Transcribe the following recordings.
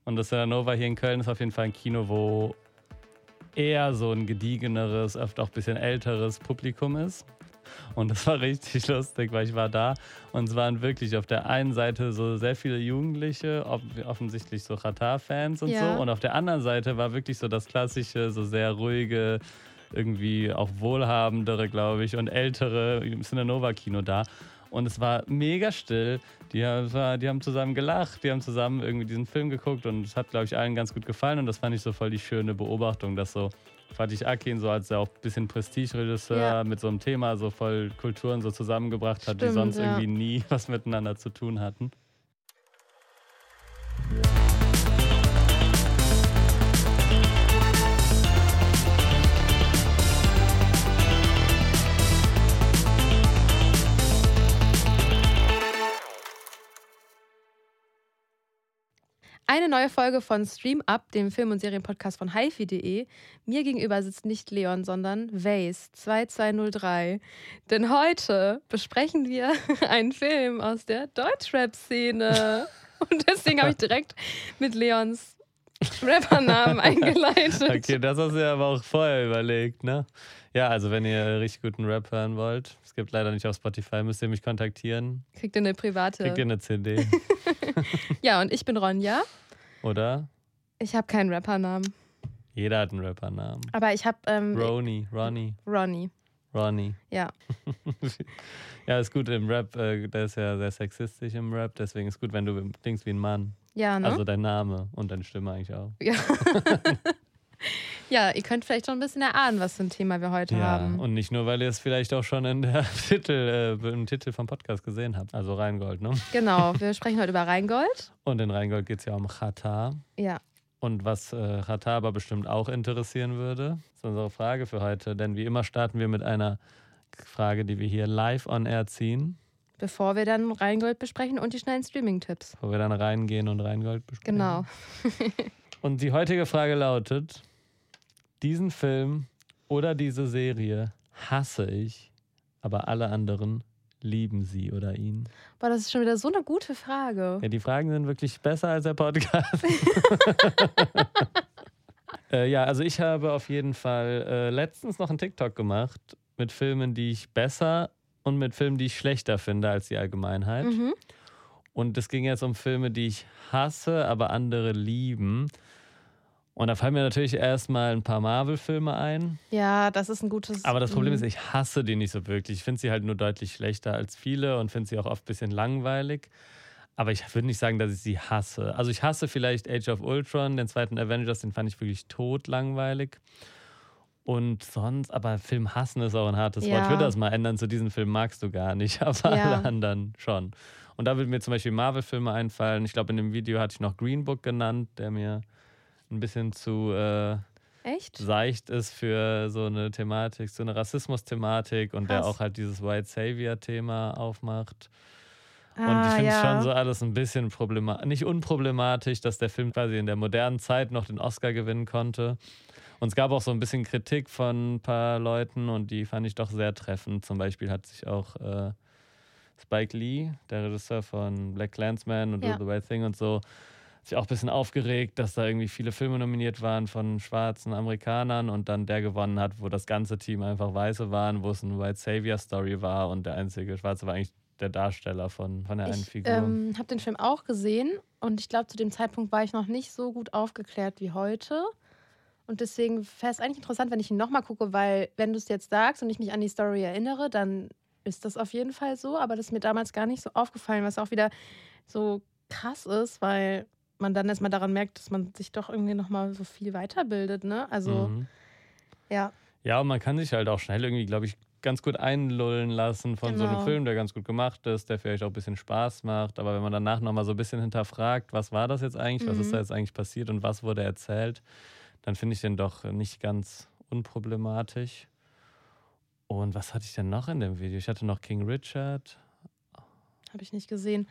Und das Cinema hier in Köln ist auf jeden Fall ein Kino, wo eher so ein gediegeneres, oft auch ein bisschen älteres Publikum ist. Und das war richtig lustig, weil ich war da und es waren wirklich auf der einen Seite so sehr viele Jugendliche, offensichtlich so Xatar-Fans und Ja. so. Und auf der anderen Seite war wirklich so das klassische, so sehr ruhige, irgendwie auch wohlhabendere, glaube ich, und ältere Cinenova-Kino da. Und es war mega still. Die haben zusammen gelacht, die haben zusammen irgendwie diesen Film geguckt und es hat, glaube ich, allen ganz gut gefallen. Und das fand ich so voll die schöne Beobachtung, dass so Fatih Akin so als auch ein bisschen Prestigeregisseur mit so einem Thema so voll Kulturen so zusammengebracht hat, die Stimmt, sonst ja. irgendwie nie was miteinander zu tun hatten. Eine neue Folge von Stream Up, dem Film- und Serienpodcast von hifi.de. Mir gegenüber sitzt nicht Leon, sondern Vase 2203. Denn heute besprechen wir einen Film aus der Deutschrap-Szene. Und deswegen habe ich direkt mit Leons Rappernamen eingeleitet. Okay, das hast du ja aber auch vorher überlegt, ne? Ja, also wenn ihr richtig guten Rap hören wollt, es gibt leider nicht auf Spotify, müsst ihr mich kontaktieren. Kriegt ihr eine private. Kriegt ihr eine CD, Ja, und ich bin Ronja. oder? Ich habe keinen Rappernamen. Jeder hat einen Rappernamen. Aber ich habe Ronnie. Ronnie. Ja. Ja, ist gut im Rap, der ist ja sehr sexistisch im Rap, deswegen ist gut, wenn du klingst wie ein Mann. Ja, ne? Also dein Name und deine Stimme eigentlich auch. Ja. Ja, ihr könnt vielleicht schon ein bisschen erahnen, was für ein Thema wir heute haben. Und nicht nur, weil ihr es vielleicht auch schon im Titel vom Podcast gesehen habt. Also Rheingold, ne? Genau, wir sprechen heute über Rheingold. Und in Rheingold geht es ja um Xatar. Ja. Und was Xatar aber bestimmt auch interessieren würde, ist unsere Frage für heute. Denn wie immer starten wir mit einer Frage, die wir hier live on air ziehen. Bevor wir dann Rheingold besprechen und die schnellen Streaming-Tipps. Wo wir dann reingehen und Rheingold besprechen. Genau. Und die heutige Frage lautet: Diesen Film oder diese Serie hasse ich, aber alle anderen lieben sie oder ihn. Boah, das ist schon wieder so eine gute Frage. Ja, die Fragen sind wirklich besser als der Podcast. Ja, also ich habe auf jeden Fall letztens noch einen TikTok gemacht mit Filmen, die ich besser und mit Filmen, die ich schlechter finde als die Allgemeinheit. Mhm. Und es ging jetzt um Filme, die ich hasse, aber andere lieben. Und da fallen mir natürlich erstmal ein paar Marvel-Filme ein. Ja, das ist ein gutes... Aber das Problem ist, ich hasse die nicht so wirklich. Ich finde sie halt nur deutlich schlechter als viele und finde sie auch oft ein bisschen langweilig. Aber ich würde nicht sagen, dass ich sie hasse. Also ich hasse vielleicht Age of Ultron, den zweiten Avengers, den fand ich wirklich totlangweilig. Und sonst, aber Film hassen ist auch ein hartes Wort. Ich würde das mal ändern, zu diesem Film magst du gar nicht, aber alle anderen schon. Und da würden mir zum Beispiel Marvel-Filme einfallen. Ich glaube, in dem Video hatte ich noch Green Book genannt, der mir ein bisschen zu seicht ist für so eine Thematik, so eine Rassismus-Thematik und der auch halt dieses White Savior-Thema aufmacht. Und ich finde es schon so alles ein bisschen nicht unproblematisch, dass der Film quasi in der modernen Zeit noch den Oscar gewinnen konnte. Und es gab auch so ein bisschen Kritik von ein paar Leuten und die fand ich doch sehr treffend. Zum Beispiel hat sich auch Spike Lee, der Regisseur von Black Klansman und Do the Right Thing und so, sich auch ein bisschen aufgeregt, dass da irgendwie viele Filme nominiert waren von schwarzen Amerikanern und dann der gewonnen hat, wo das ganze Team einfach Weiße waren, wo es eine White Savior Story war und der einzige Schwarze war eigentlich der Darsteller von der einen Figur. Ich habe den Film auch gesehen und ich glaube, zu dem Zeitpunkt war ich noch nicht so gut aufgeklärt wie heute. Und deswegen wäre es eigentlich interessant, wenn ich ihn nochmal gucke, weil wenn du es jetzt sagst und ich mich an die Story erinnere, dann ist das auf jeden Fall so. Aber das ist mir damals gar nicht so aufgefallen, was auch wieder so krass ist, weil man dann erstmal daran merkt, dass man sich doch irgendwie nochmal so viel weiterbildet, ne? Also, ja. Ja, und man kann sich halt auch schnell irgendwie, glaube ich, ganz gut einlullen lassen von so einem Film, der ganz gut gemacht ist, der vielleicht auch ein bisschen Spaß macht. Aber wenn man danach nochmal so ein bisschen hinterfragt, was war das jetzt eigentlich, was ist da jetzt eigentlich passiert und was wurde erzählt, dann finde ich den doch nicht ganz unproblematisch. Und was hatte ich denn noch in dem Video? Ich hatte noch King Richard. Habe ich nicht gesehen.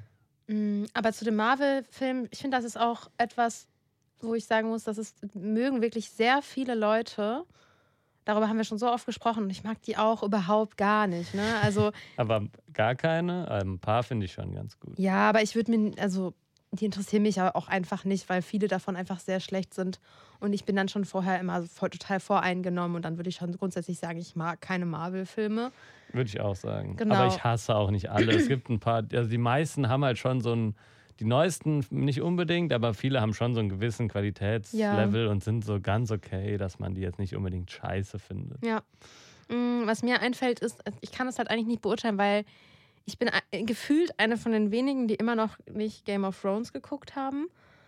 Aber zu dem Marvel-Film, ich finde, das ist auch etwas, wo ich sagen muss, mögen wirklich sehr viele Leute. Darüber haben wir schon so oft gesprochen und ich mag die auch überhaupt gar nicht. Ne? Also, aber gar keine? Ein paar finde ich schon ganz gut. Ja, aber ich würde mir, also die interessieren mich aber auch einfach nicht, weil viele davon einfach sehr schlecht sind. Und ich bin dann schon vorher immer total voreingenommen und dann würde ich schon grundsätzlich sagen, ich mag keine Marvel-Filme. Würde ich auch sagen. Genau. Aber ich hasse auch nicht alle. Es gibt ein paar, also die meisten haben halt schon die neuesten nicht unbedingt, aber viele haben schon so einen gewissen Qualitätslevel und sind so ganz okay, dass man die jetzt nicht unbedingt scheiße findet. Ja. Was mir einfällt, ist, ich kann das halt eigentlich nicht beurteilen, weil ich bin gefühlt eine von den wenigen, die immer noch nicht Game of Thrones geguckt haben.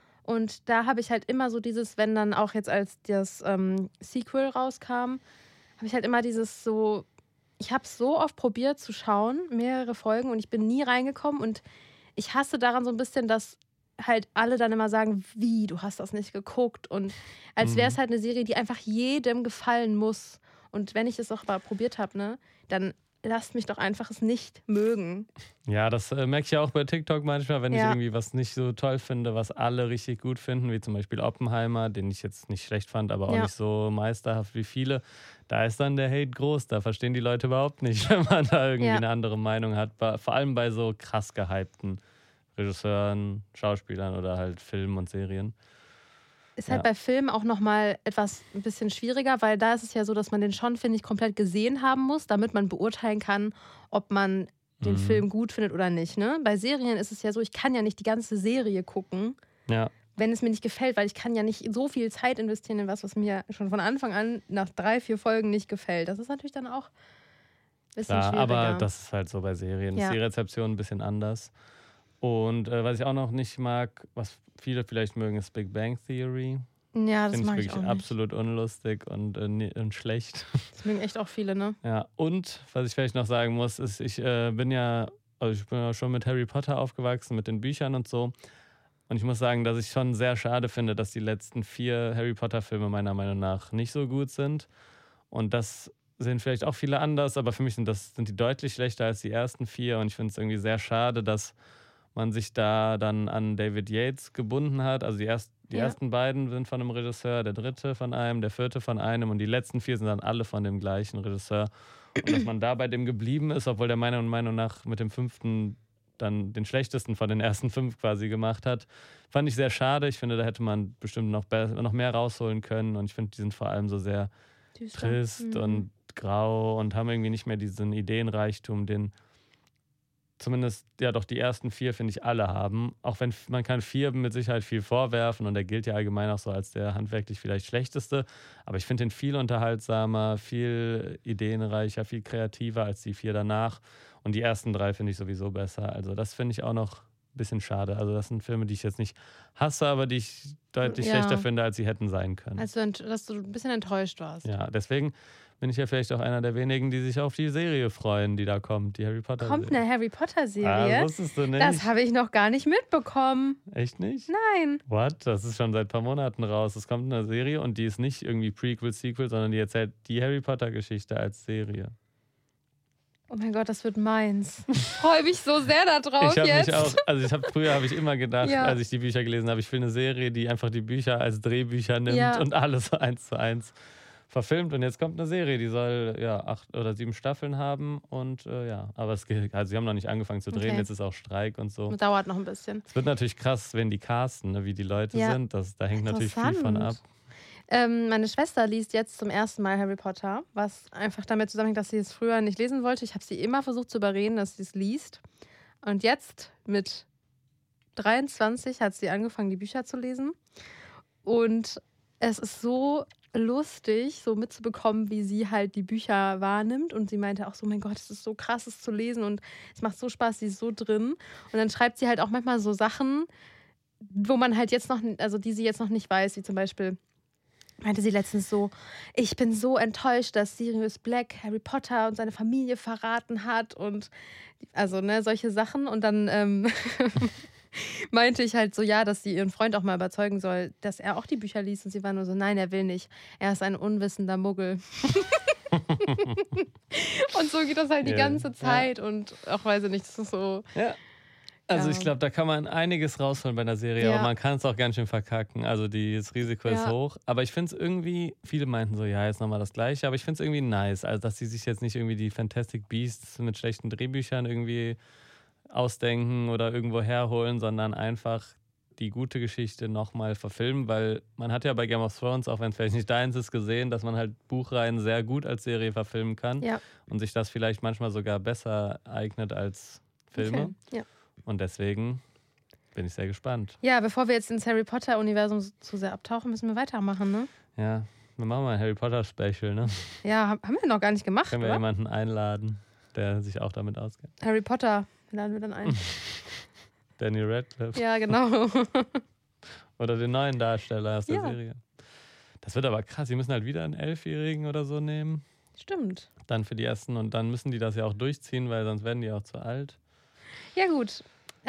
Und da habe ich halt immer so dieses, wenn dann auch jetzt als das Sequel rauskam, habe ich halt immer dieses so, ich habe es so oft probiert zu schauen, mehrere Folgen und ich bin nie reingekommen und ich hasse daran so ein bisschen, dass halt alle dann immer sagen, wie, du hast das nicht geguckt und als wäre es halt eine Serie, die einfach jedem gefallen muss. Und wenn ich es auch mal probiert habe, ne, dann lasst mich doch einfach es nicht mögen. Ja, das merke ich ja auch bei TikTok manchmal, wenn ich irgendwie was nicht so toll finde, was alle richtig gut finden, wie zum Beispiel Oppenheimer, den ich jetzt nicht schlecht fand, aber auch nicht so meisterhaft wie viele. Da ist dann der Hate groß, da verstehen die Leute überhaupt nicht, wenn man da irgendwie eine andere Meinung hat. Vor allem bei so krass gehypten Regisseuren, Schauspielern oder halt Filmen und Serien. Ist halt bei Filmen auch nochmal ein bisschen schwieriger, weil da ist es ja so, dass man den schon, finde ich, komplett gesehen haben muss, damit man beurteilen kann, ob man den Film gut findet oder nicht. Ne? Bei Serien ist es ja so, ich kann ja nicht die ganze Serie gucken, wenn es mir nicht gefällt, weil ich kann ja nicht so viel Zeit investieren in was mir schon von Anfang an nach 3, 4 Folgen nicht gefällt. Das ist natürlich dann auch ein bisschen schwieriger. Aber das ist halt so bei Serien. Ist die Rezeption ein bisschen anders. Und was ich auch noch nicht mag, was viele vielleicht mögen, ist Big Bang Theory. Ja, das mag ich auch nicht. Finde ich wirklich absolut unlustig und schlecht. Das mögen echt auch viele, ne? Ja, und was ich vielleicht noch sagen muss, ist, ich bin ja schon mit Harry Potter aufgewachsen, mit den Büchern und so. Und ich muss sagen, dass ich schon sehr schade finde, dass die letzten 4 Harry Potter-Filme meiner Meinung nach nicht so gut sind. Und das sehen vielleicht auch viele anders, aber für mich sind die deutlich schlechter als die ersten 4. Und ich finde es irgendwie sehr schade, dass man sich da dann an David Yates gebunden hat. Also die ersten beiden sind von einem Regisseur, der dritte von einem, der vierte von einem und die letzten 4 sind dann alle von dem gleichen Regisseur. Und dass man da bei dem geblieben ist, obwohl der meiner Meinung nach mit dem 5. dann den schlechtesten von den ersten 5 quasi gemacht hat, fand ich sehr schade. Ich finde, da hätte man bestimmt noch mehr rausholen können und ich finde, die sind vor allem so sehr trist und grau und haben irgendwie nicht mehr diesen Ideenreichtum, den zumindest doch die ersten 4, finde ich, alle haben. Auch wenn man kann 4 mit Sicherheit viel vorwerfen und der gilt ja allgemein auch so als der handwerklich vielleicht schlechteste. Aber ich finde den viel unterhaltsamer, viel ideenreicher, viel kreativer als die 4 danach. Und die ersten 3 finde ich sowieso besser. Also das finde ich auch noch ein bisschen schade. Also das sind Filme, die ich jetzt nicht hasse, aber die ich deutlich schlechter finde, als sie hätten sein können. Also, dass du ein bisschen enttäuscht warst. Ja, deswegen bin ich ja vielleicht auch einer der wenigen, die sich auf die Serie freuen, die da kommt, die Harry Potter Serie. Kommt eine Harry Potter Serie? Wusstest du nicht? Das habe ich noch gar nicht mitbekommen. Echt nicht? Nein. What? Das ist schon seit ein paar Monaten raus. Es kommt eine Serie und die ist nicht irgendwie Prequel, Sequel, sondern die erzählt die Harry Potter Geschichte als Serie. Oh mein Gott, das wird meins. Ich freue mich so sehr darauf jetzt. Früher habe ich immer gedacht, als ich die Bücher gelesen habe, ich will eine Serie, die einfach die Bücher als Drehbücher nimmt und alles so 1:1 verfilmt. Und jetzt kommt eine Serie, die soll 8 oder 7 Staffeln haben. Und aber sie haben noch nicht angefangen zu drehen, jetzt ist auch Streik und so. Dauert noch ein bisschen. Es wird natürlich krass, wenn die casten, ne, wie die Leute sind. Da hängt natürlich viel von ab. Meine Schwester liest jetzt zum ersten Mal Harry Potter, was einfach damit zusammenhängt, dass sie es früher nicht lesen wollte. Ich habe sie immer versucht zu überreden, dass sie es liest. Und jetzt mit 23 hat sie angefangen, die Bücher zu lesen. Und es ist so lustig, so mitzubekommen, wie sie halt die Bücher wahrnimmt. Und sie meinte auch so, mein Gott, es ist so krass, es zu lesen und es macht so Spaß, sie ist so drin. Und dann schreibt sie halt auch manchmal so Sachen, wo man halt jetzt noch, also die sie jetzt noch nicht weiß, wie zum Beispiel meinte sie letztens so, ich bin so enttäuscht, dass Sirius Black Harry Potter und seine Familie verraten hat und also solche Sachen und dann meinte ich halt so, dass sie ihren Freund auch mal überzeugen soll, dass er auch die Bücher liest und sie war nur so, nein, er will nicht, er ist ein unwissender Muggel. Und so geht das halt die ganze Zeit und auch weiß ich nicht, das ist so... Ja. Also ich glaube, da kann man einiges rausholen bei einer Serie, aber man kann es auch ganz schön verkacken. Also das Risiko ist hoch. Aber ich finde es irgendwie, viele meinten so, jetzt nochmal das Gleiche, aber ich finde es irgendwie nice. Also dass sie sich jetzt nicht irgendwie die Fantastic Beasts mit schlechten Drehbüchern irgendwie ausdenken oder irgendwo herholen, sondern einfach die gute Geschichte nochmal verfilmen, weil man hat ja bei Game of Thrones, auch wenn es vielleicht nicht deins ist, gesehen, dass man halt Buchreihen sehr gut als Serie verfilmen kann Ja. und sich das vielleicht manchmal sogar besser eignet als Filme. Okay. Ja. Und deswegen bin ich sehr gespannt. Ja, bevor wir jetzt ins Harry Potter-Universum zu sehr abtauchen, müssen wir weitermachen, ne? Ja, wir machen mal ein Harry Potter-Special, ne? Ja, haben wir noch gar nicht gemacht, Können wir oder? jemanden einladen, der sich auch damit auskennt. Harry Potter laden wir dann ein. Danny Radcliffe. Ja, genau. Oder den neuen Darsteller aus der Ja. Serie. Das wird aber krass. Sie müssen halt wieder einen 11-Jährigen oder so nehmen. Stimmt. Dann für die ersten. Und dann müssen die das ja auch durchziehen, weil sonst werden die auch zu alt. Ja, gut.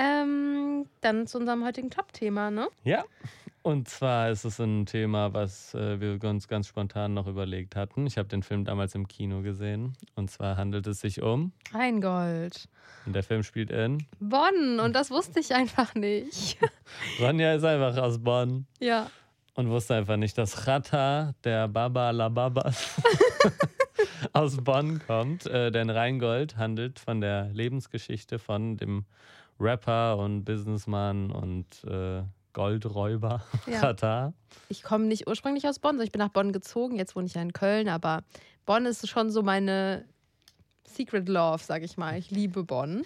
Dann zu unserem heutigen Top-Thema, ne? Ja. Und zwar ist es ein Thema, was wir uns ganz spontan noch überlegt hatten. Ich habe den Film damals im Kino gesehen. Und zwar handelt es sich um, Rheingold. und der Film spielt in, Bonn. Und das wusste ich einfach nicht. Ronja ist einfach aus Bonn Ja. und wusste einfach nicht, dass Rata, der Baba la Babas, aus Bonn kommt. Denn Rheingold handelt von der Lebensgeschichte von dem Rapper und Businessman und Goldräuber Ja. Rata. Ich komme nicht ursprünglich aus Bonn, sondern ich bin nach Bonn gezogen. Jetzt wohne ich ja in Köln, aber Bonn ist schon so meine Secret Love, sag ich mal. Ich liebe Bonn.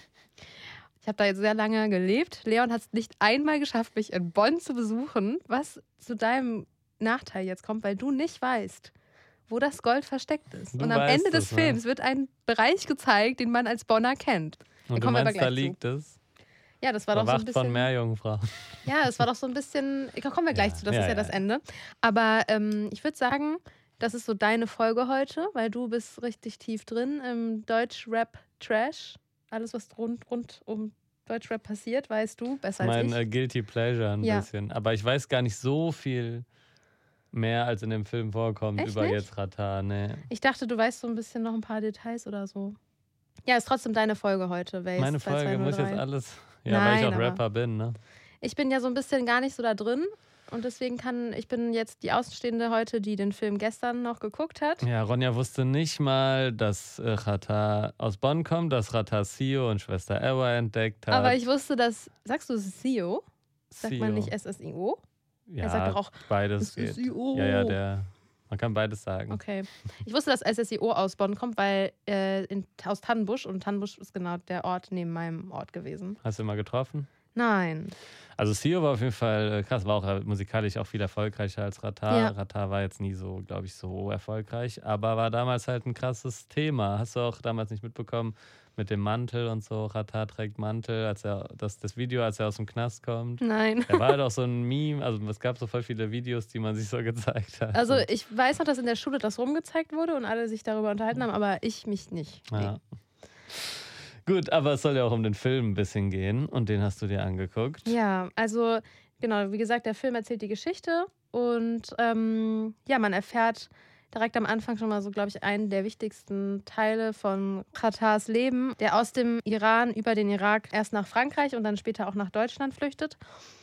Ich habe da jetzt sehr lange gelebt. Leon hat es nicht einmal geschafft, mich in Bonn zu besuchen, was zu deinem Nachteil jetzt kommt, weil du nicht weißt, wo das Gold versteckt ist. Du Und am weißt Ende des es, ne? Films wird ein Bereich gezeigt, den man als Bonner kennt. Und du kommen wir aber meinst, da gleich zu. liegt es? Ja, das war doch so ein Erwacht von bisschen. Meerjungfrau. Ja, es war doch so ein bisschen. Da kommen wir gleich Ja, zu, das ja, ist ja ja, das ja. Ende. Aber ich würde sagen, das ist so deine Folge heute, weil du bist richtig tief drin im Deutsch-Rap-Trash. Alles, was rund um Deutsch-Rap passiert, weißt du besser als Mein ich. Guilty Pleasure ein Ja. bisschen. Aber ich weiß gar nicht so viel mehr, als in dem Film vorkommt, Echt über nicht? jetzt Rata. Nee. Ich dachte, du weißt so ein bisschen noch ein paar Details oder so. Ja, ist trotzdem deine Folge heute. Waze Meine Folge muss jetzt 2203. alles. Ja, weil ich Nein, auch aber- Rapper bin, ne? Ich bin ja so ein bisschen gar nicht so da drin. Und deswegen ich bin jetzt die Außenstehende heute, die den Film gestern noch geguckt hat. Ja, Ronja wusste nicht mal, dass Rata aus Bonn kommt, dass Rata Sio und Schwester Ewa entdeckt hat. Aber ich wusste, dass. Sagst du SEO? Sagt man Sio. nicht SSIO? Ja, Er sagt doch auch beides geht. SSIO. Ja, man kann beides sagen. Okay. Ich wusste, dass SSIO aus Bonn kommt, weil aus Tannenbusch, und Tannenbusch ist genau der Ort neben meinem Ort gewesen. Hast du ihn mal getroffen? Nein. Also Sio war auf jeden Fall krass, war auch musikalisch auch viel erfolgreicher als Rata. Ja. Rata war jetzt nie so, glaube ich, so erfolgreich, aber war damals halt ein krasses Thema. Hast du auch damals nicht mitbekommen mit dem Mantel und so? Rata trägt Mantel, als das Video, als er aus dem Knast kommt. Nein. Er war halt auch so ein Meme, also es gab so voll viele Videos, die man sich so gezeigt hat. Also ich weiß noch, dass in der Schule das rumgezeigt wurde und alle sich darüber unterhalten haben, aber ich mich nicht. Ja. Gut, aber es soll ja auch um den Film ein bisschen gehen und den hast du dir angeguckt. Ja, also genau, wie gesagt, der Film erzählt die Geschichte und ja, man erfährt direkt am Anfang schon mal so, glaube ich, einen der wichtigsten Teile von Ratars Leben, der aus dem Iran über den Irak erst nach Frankreich und dann später auch nach Deutschland flüchtet.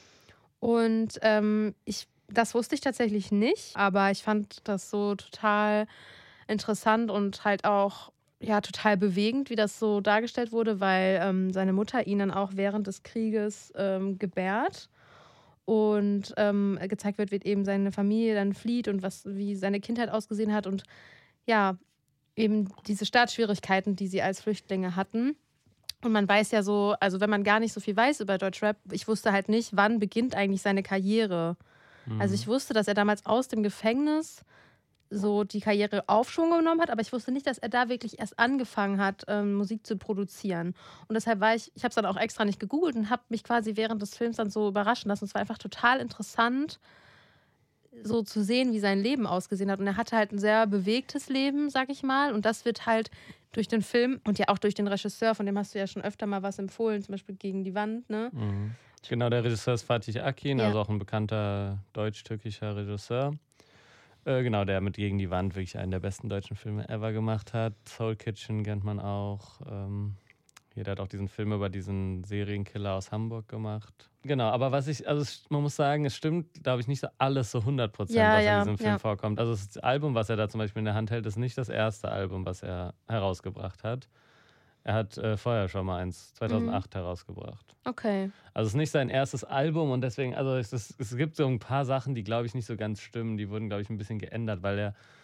Und das wusste ich tatsächlich nicht, aber ich fand das so total interessant und halt auch ja, total bewegend, wie das so dargestellt wurde, weil seine Mutter ihn dann auch während des Krieges gebärt und gezeigt wird, wie eben seine Familie dann flieht und wie seine Kindheit ausgesehen hat und ja, eben diese Startschwierigkeiten, die sie als Flüchtlinge hatten. Und man weiß ja so, also wenn man gar nicht so viel weiß über Deutschrap, ich wusste halt nicht, wann beginnt eigentlich seine Karriere. Also ich wusste, dass er damals aus dem Gefängnis so die Karriere Aufschwung genommen hat, aber ich wusste nicht, dass er da wirklich erst angefangen hat, Musik zu produzieren. Und deshalb ich habe es dann auch extra nicht gegoogelt und habe mich quasi während des Films dann so überraschen lassen. Es war einfach total interessant, so zu sehen, wie sein Leben ausgesehen hat. Und er hatte halt ein sehr bewegtes Leben, sag ich mal. Und das wird halt durch den Film und ja auch durch den Regisseur, von dem hast du ja schon öfter mal was empfohlen, zum Beispiel Gegen die Wand, ne? Mhm. Genau, der Regisseur ist Fatih Akin, Ja. also auch ein bekannter deutsch-türkischer Regisseur. Genau, der mit Gegen die Wand wirklich einen der besten deutschen Filme ever gemacht hat. Soul Kitchen kennt man auch. Der hat auch diesen Film über diesen Serienkiller aus Hamburg gemacht. Genau, aber man muss sagen, es stimmt, glaube ich, nicht so alles so 100%, Ja, was ja, in diesem Film ja. vorkommt. Also das Album, was er da zum Beispiel in der Hand hält, ist nicht das erste Album, was er herausgebracht hat. Er hat vorher schon mal eins, 2008 herausgebracht. Okay. Also es ist nicht sein erstes Album und deswegen, also es gibt so ein paar Sachen, die, glaube ich, nicht so ganz stimmen. Die wurden, glaube ich, ein bisschen geändert, weil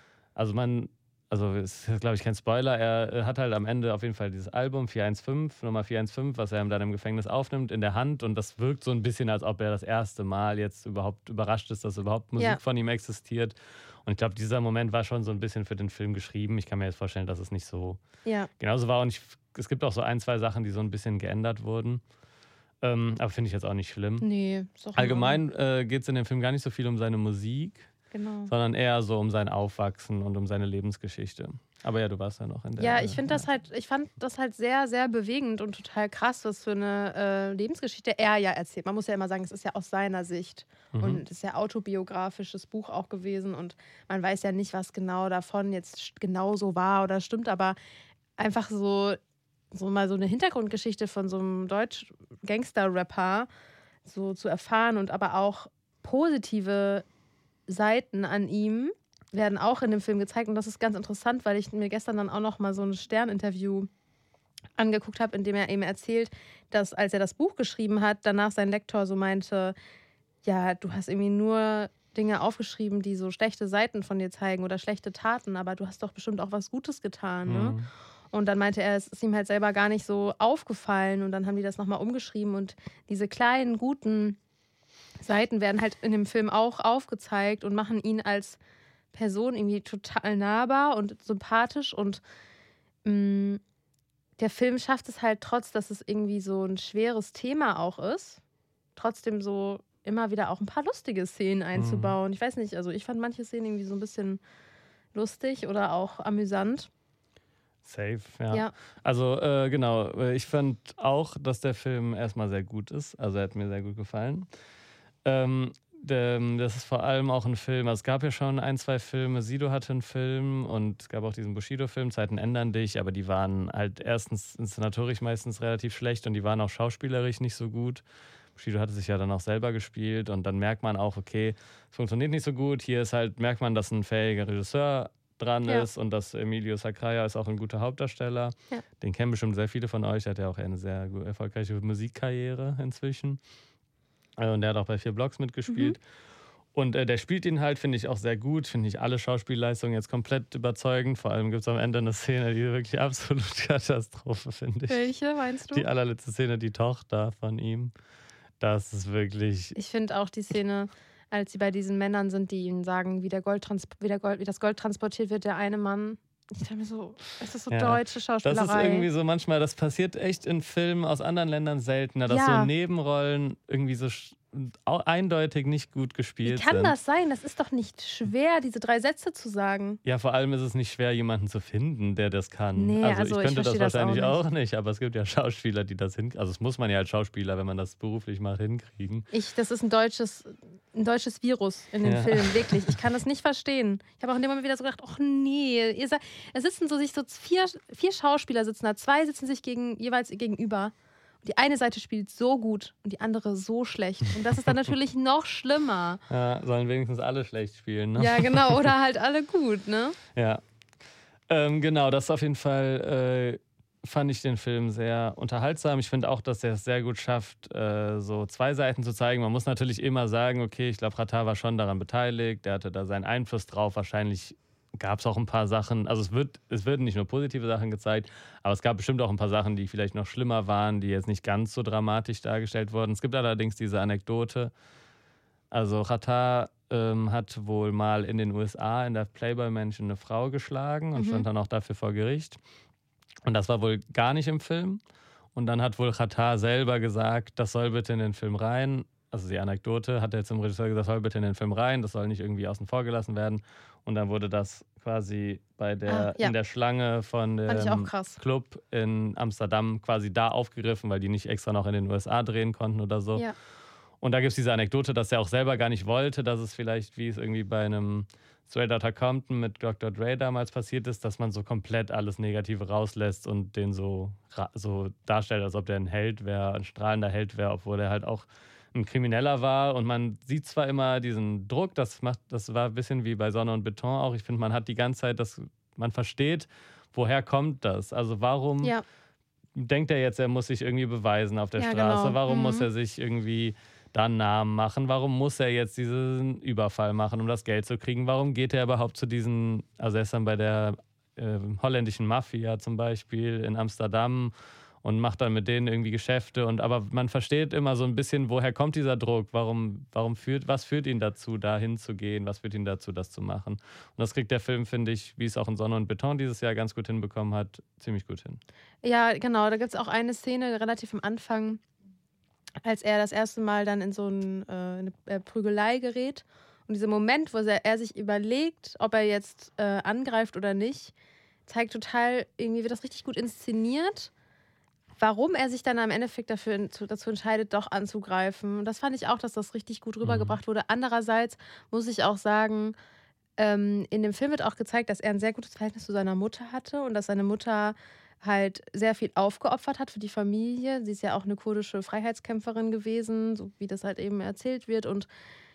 es ist, glaube ich, kein Spoiler, er hat halt am Ende auf jeden Fall dieses Album 415, Nummer 415, was er dann im Gefängnis aufnimmt, in der Hand und das wirkt so ein bisschen, als ob er das erste Mal jetzt überhaupt überrascht ist, dass überhaupt Musik von ihm existiert. Und ich glaube, dieser Moment war schon so ein bisschen für den Film geschrieben. Ich kann mir jetzt vorstellen, dass es nicht so genauso war. Und es gibt auch so ein, zwei Sachen, die so ein bisschen geändert wurden. Aber finde ich jetzt auch nicht schlimm. Nee, ist auch Allgemein geht es in dem Film gar nicht so viel um seine Musik, sondern eher so um sein Aufwachsen und um seine Lebensgeschichte. Aber ja, du warst ja noch in der... Ja, ich fand das halt sehr, sehr bewegend und total krass, was für eine Lebensgeschichte er ja erzählt. Man muss ja immer sagen, es ist ja aus seiner Sicht. Und es ist ja autobiografisches Buch auch gewesen und man weiß ja nicht, was genau davon jetzt genau so war oder stimmt, aber einfach so mal so eine Hintergrundgeschichte von so einem Deutsch-Gangster-Rapper so zu erfahren und aber auch positive Seiten an ihm werden auch in dem Film gezeigt und das ist ganz interessant, weil ich mir gestern dann auch noch mal so ein Stern-Interview angeguckt habe, in dem er eben erzählt, dass als er das Buch geschrieben hat, danach sein Lektor so meinte, ja, du hast irgendwie nur Dinge aufgeschrieben, die so schlechte Seiten von dir zeigen oder schlechte Taten, aber du hast doch bestimmt auch was Gutes getan, ne? Und dann meinte er, es ist ihm halt selber gar nicht so aufgefallen und dann haben die das nochmal umgeschrieben und diese kleinen, guten Seiten werden halt in dem Film auch aufgezeigt und machen ihn als Person irgendwie total nahbar und sympathisch und der Film schafft es halt trotz, dass es irgendwie so ein schweres Thema auch ist, trotzdem so immer wieder auch ein paar lustige Szenen einzubauen. Ich weiß nicht, also ich fand manche Szenen irgendwie so ein bisschen lustig oder auch amüsant. Safe, ja. Also genau, ich fand auch, dass der Film erstmal sehr gut ist. Also er hat mir sehr gut gefallen. Das ist vor allem auch ein Film, also es gab ja schon ein, zwei Filme, Sido hatte einen Film und es gab auch diesen Bushido-Film, Zeiten ändern dich, aber die waren halt erstens inszenatorisch meistens relativ schlecht und die waren auch schauspielerisch nicht so gut. Bushido hatte sich ja dann auch selber gespielt und dann merkt man auch, okay, es funktioniert nicht so gut. Hier ist halt, merkt man, dass ein fähiger Regisseur dran ist und dass Emilio Sacraia ist auch ein guter Hauptdarsteller. Ja. Den kennen bestimmt sehr viele von euch. Der hat ja auch eine sehr erfolgreiche Musikkarriere inzwischen. Und der hat auch bei 4 Blocks mitgespielt. Und der spielt ihn halt, finde ich, auch sehr gut. Finde ich alle Schauspielleistungen jetzt komplett überzeugend. Vor allem gibt es am Ende eine Szene, die wirklich absolut Katastrophe, finde ich. Welche meinst du? Die allerletzte Szene, die Tochter von ihm. Das ist wirklich... Ich finde auch die Szene, als sie bei diesen Männern sind, die ihnen sagen, wie das Gold transportiert wird, der eine Mann. Ich dachte mir so, es ist so deutsche Schauspielerei. Das ist irgendwie so manchmal, das passiert echt in Filmen aus anderen Ländern seltener, dass so Nebenrollen irgendwie so eindeutig nicht gut gespielt sind. Wie kann das sein? Das ist doch nicht schwer, diese 3 Sätze zu sagen. Ja, vor allem ist es nicht schwer, jemanden zu finden, der das kann. Nee, also ich könnte das wahrscheinlich auch nicht, aber es gibt ja Schauspieler, die das hinkriegen. Also das muss man ja als Schauspieler, wenn man das beruflich macht, hinkriegen. Das ist ein deutsches Virus in den Filmen, wirklich. Ich kann das nicht verstehen. Ich habe auch in dem Moment wieder so gedacht, ach nee, es sitzen so 4 Schauspieler sitzen da, 2 sitzen sich jeweils gegenüber. Die eine Seite spielt so gut und die andere so schlecht. Und das ist dann natürlich noch schlimmer. Ja, sollen wenigstens alle schlecht spielen, ne? Ja, genau. Oder halt alle gut, ne? Ja. Genau, das auf jeden Fall fand ich den Film sehr unterhaltsam. Ich finde auch, dass er es sehr gut schafft, so 2 Seiten zu zeigen. Man muss natürlich immer sagen, okay, ich glaube, Xatar war schon daran beteiligt. Der hatte da seinen Einfluss drauf. Wahrscheinlich gab es auch ein paar Sachen, also es werden nicht nur positive Sachen gezeigt, aber es gab bestimmt auch ein paar Sachen, die vielleicht noch schlimmer waren, die jetzt nicht ganz so dramatisch dargestellt wurden. Es gibt allerdings diese Anekdote, also Xatar hat wohl mal in den USA in der Playboy Mansion eine Frau geschlagen und stand dann auch dafür vor Gericht. Und das war wohl gar nicht im Film. Und dann hat wohl Xatar selber gesagt, das soll bitte in den Film rein. Also die Anekdote hat er zum Regisseur gesagt, das soll bitte in den Film rein, das soll nicht irgendwie außen vor gelassen werden. Und dann wurde das quasi in der Schlange von dem Club in Amsterdam quasi da aufgegriffen, weil die nicht extra noch in den USA drehen konnten oder so. Ja. Und da gibt es diese Anekdote, dass er auch selber gar nicht wollte, dass es vielleicht, wie es irgendwie bei einem Straight Outta Compton mit Dr. Dre damals passiert ist, dass man so komplett alles Negative rauslässt und den so darstellt, als ob der ein Held wäre, ein strahlender Held wäre, obwohl er halt auch ein Krimineller war. Und man sieht zwar immer diesen Druck, das war ein bisschen wie bei Sonne und Beton auch. Ich finde, man hat die ganze Zeit, man versteht, woher kommt das? Also warum denkt er jetzt, er muss sich irgendwie beweisen auf der Ja, Straße? genau. Warum muss er sich irgendwie da einen Namen machen? Warum muss er jetzt diesen Überfall machen, um das Geld zu kriegen? Warum geht er überhaupt zu diesen, also er ist dann bei der holländischen Mafia zum Beispiel in Amsterdam und macht dann mit denen irgendwie Geschäfte. Aber man versteht immer so ein bisschen, woher kommt dieser Druck? Was führt ihn dazu, da hinzugehen? Was führt ihn dazu, das zu machen? Und das kriegt der Film, finde ich, wie es auch in Sonne und Beton dieses Jahr ganz gut hinbekommen hat, ziemlich gut hin. Ja, genau. Da gibt es auch eine Szene relativ am Anfang, als er das erste Mal dann in so eine Prügelei gerät. Und dieser Moment, wo er sich überlegt, ob er jetzt angreift oder nicht, zeigt total, irgendwie wird das richtig gut inszeniert, warum er sich dann am Endeffekt dazu entscheidet, doch anzugreifen. Und das fand ich auch, dass das richtig gut rübergebracht wurde. Andererseits muss ich auch sagen, in dem Film wird auch gezeigt, dass er ein sehr gutes Verhältnis zu seiner Mutter hatte und dass seine Mutter halt sehr viel aufgeopfert hat für die Familie. Sie ist ja auch eine kurdische Freiheitskämpferin gewesen, so wie das halt eben erzählt wird. Und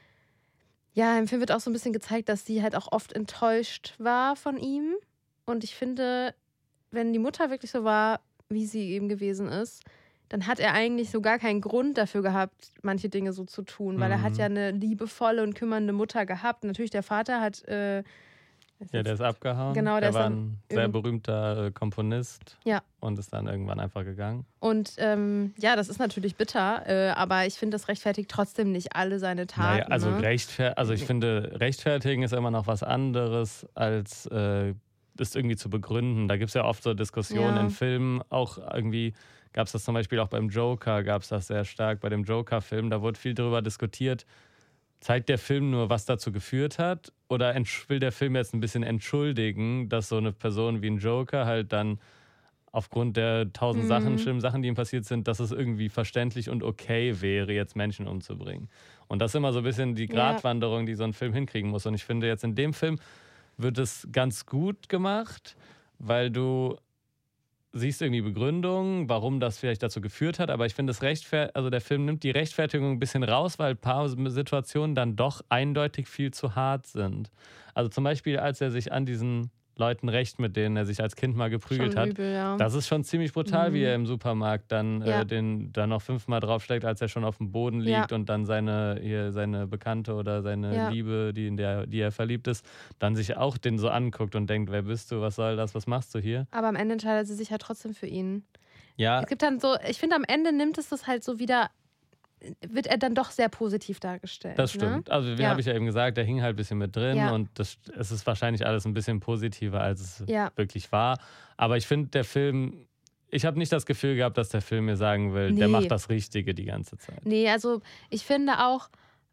ja, im Film wird auch so ein bisschen gezeigt, dass sie halt auch oft enttäuscht war von ihm. Und ich finde, wenn die Mutter wirklich so war, wie sie eben gewesen ist, dann hat er eigentlich so gar keinen Grund dafür gehabt, manche Dinge so zu tun, weil er hat ja eine liebevolle und kümmernde Mutter gehabt. Natürlich, der Vater hat Ja, der ist abgehauen. Genau, der war ein sehr berühmter Komponist Ja. und ist dann irgendwann einfach gegangen. Und ja, das ist natürlich bitter, aber ich finde, das rechtfertigt trotzdem nicht alle seine Taten. Naja, also, ne? ich finde, rechtfertigen ist immer noch was anderes, als das irgendwie zu begründen. Da gibt es ja oft so Diskussionen Ja. in Filmen. Auch irgendwie gab es das zum Beispiel auch beim Joker, gab es das sehr stark bei dem Joker-Film. Da wurde viel darüber diskutiert, zeigt der Film nur, was dazu geführt hat? Oder will der Film jetzt ein bisschen entschuldigen, dass so eine Person wie ein Joker halt dann aufgrund der tausend schlimmen Sachen, die ihm passiert sind, dass es irgendwie verständlich und okay wäre, jetzt Menschen umzubringen. Und das ist immer so ein bisschen die Gratwanderung, die so ein Film hinkriegen muss. Und ich finde, jetzt in dem Film wird es ganz gut gemacht, weil du siehst irgendwie Begründungen, warum das vielleicht dazu geführt hat, aber ich finde, der Film nimmt die Rechtfertigung ein bisschen raus, weil ein paar Situationen dann doch eindeutig viel zu hart sind. Also zum Beispiel, als er sich an diesen Leuten rächt, mit denen er sich als Kind mal geprügelt Schon hat. übel, ja. Das ist schon ziemlich brutal, wie er im Supermarkt dann Ja. den dann noch 5-mal draufschlägt, als er schon auf dem Boden liegt Ja. und dann seine Bekannte oder seine Liebe, die er verliebt ist, dann sich auch den so anguckt und denkt, wer bist du, was soll das, was machst du hier? Aber am Ende entscheidet sie sich ja trotzdem für ihn. Ja, Es gibt dann so, ich finde, am Ende nimmt es das halt so wieder, wird er dann doch sehr positiv dargestellt. das stimmt. Ne? Also, wie Ja. habe ich ja eben gesagt, der hing halt ein bisschen mit drin Ja. und es ist wahrscheinlich alles ein bisschen positiver, als es Ja. wirklich war. Aber ich finde, ich habe nicht das Gefühl gehabt, dass der Film mir sagen will, der Nee. macht das Richtige die ganze Zeit. Nee, also ich finde auch,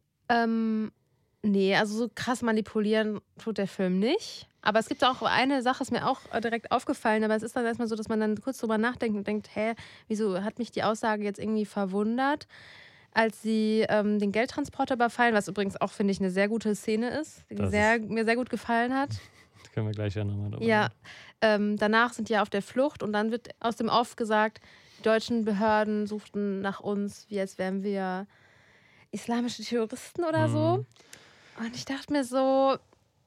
also so krass manipulieren tut der Film nicht. Aber es gibt auch eine Sache, ist mir auch direkt aufgefallen, aber es ist dann erstmal so, dass man dann kurz drüber nachdenkt und denkt, wieso hat mich die Aussage jetzt irgendwie verwundert, als sie den Geldtransporter überfallen, was übrigens auch, finde ich, eine sehr gute Szene ist, die mir sehr gut gefallen hat. Das können wir gleich ja nochmal drüber Ja, danach sind die ja auf der Flucht und dann wird aus dem Off gesagt, die deutschen Behörden suchten nach uns, wie als wären wir islamische Terroristen oder so. Und ich dachte mir so,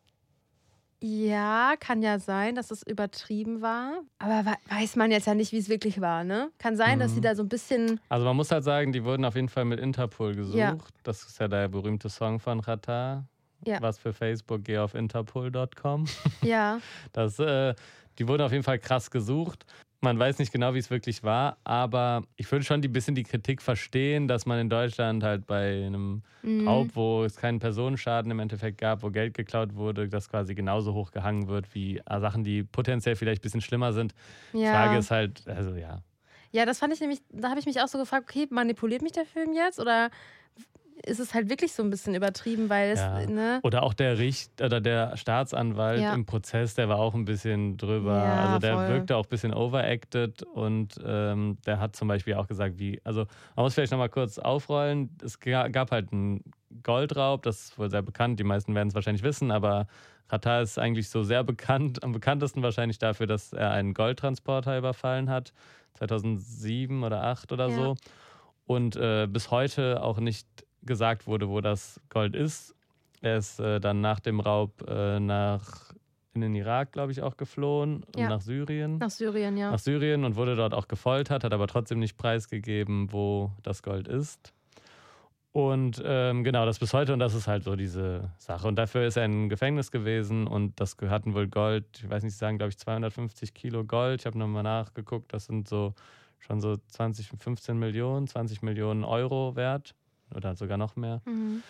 ja, kann ja sein, dass es übertrieben war. Aber weiß man jetzt ja nicht, wie es wirklich war, ne? Kann sein, dass sie da so ein bisschen. Also man muss halt sagen, die wurden auf jeden Fall mit Interpol gesucht. Ja. Das ist ja der berühmte Song von Xatar. Ja. Was für Facebook, geh auf interpol.com. Ja, Die wurden auf jeden Fall krass gesucht. Man weiß nicht genau, wie es wirklich war, aber ich würde schon ein bisschen die Kritik verstehen, dass man in Deutschland halt bei einem Raub, wo es keinen Personenschaden im Endeffekt gab, wo Geld geklaut wurde, das quasi genauso hoch gehangen wird wie Sachen, die potenziell vielleicht ein bisschen schlimmer sind. Die Frage ist halt, also ja. Ja, das fand ich nämlich, da habe ich mich auch so gefragt, okay, manipuliert mich der Film jetzt oder ist es halt wirklich so ein bisschen übertrieben, weil es, Ja. ne? Oder auch der Staatsanwalt Ja. im Prozess, der war auch ein bisschen drüber. Ja, also der voll. wirkte auch ein bisschen overacted und der hat zum Beispiel auch gesagt, man muss vielleicht nochmal kurz aufrollen, es gab halt einen Goldraub, das ist wohl sehr bekannt, die meisten werden es wahrscheinlich wissen, aber Xatar ist eigentlich so sehr bekannt, am bekanntesten wahrscheinlich dafür, dass er einen Goldtransporter überfallen hat, 2007 oder 2008 oder Ja. so. Und bis heute auch nicht gesagt wurde, wo das Gold ist. Er ist dann nach dem Raub nach in den Irak, glaube ich, auch geflohen und nach Syrien. Nach Syrien, ja. Nach Syrien und wurde dort auch gefoltert, hat aber trotzdem nicht preisgegeben, wo das Gold ist. Und genau, das bis heute, und das ist halt so diese Sache. Und dafür ist er im Gefängnis gewesen und das hatten wohl Gold, ich weiß nicht, sie sagen, glaube ich, 250 Kilo Gold. Ich habe nochmal nachgeguckt, das sind schon so 20 Millionen Euro wert oder sogar noch mehr.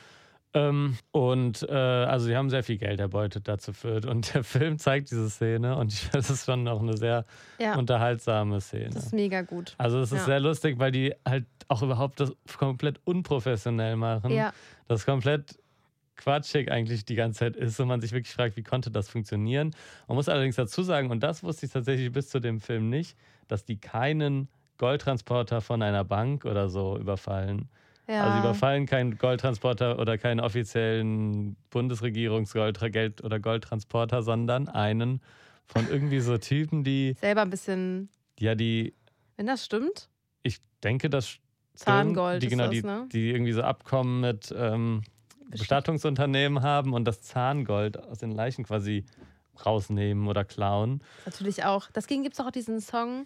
Also sie haben sehr viel Geld erbeutet dazu führt. Und der Film zeigt diese Szene und das ist schon noch eine sehr unterhaltsame Szene. Das ist mega gut. Also es ist sehr lustig, weil die halt auch überhaupt das komplett unprofessionell machen. Ja. Das komplett quatschig eigentlich die ganze Zeit ist und man sich wirklich fragt, wie konnte das funktionieren. Man muss allerdings dazu sagen, und das wusste ich tatsächlich bis zu dem Film nicht, dass die keinen Goldtransporter von einer Bank oder so überfallen. Ja. Also sie überfallen keinen Goldtransporter oder keinen offiziellen Bundesregierungsgeld- oder Goldtransporter, sondern einen von irgendwie so Typen, die... Selber ein bisschen... Ja, die... Wenn das stimmt? Ich denke, das stimmt. Zahngold ist das, ne? Die irgendwie so Abkommen mit Bestattungsunternehmen haben und das Zahngold aus den Leichen quasi rausnehmen oder klauen. Natürlich auch. Deswegen gibt es auch diesen Song...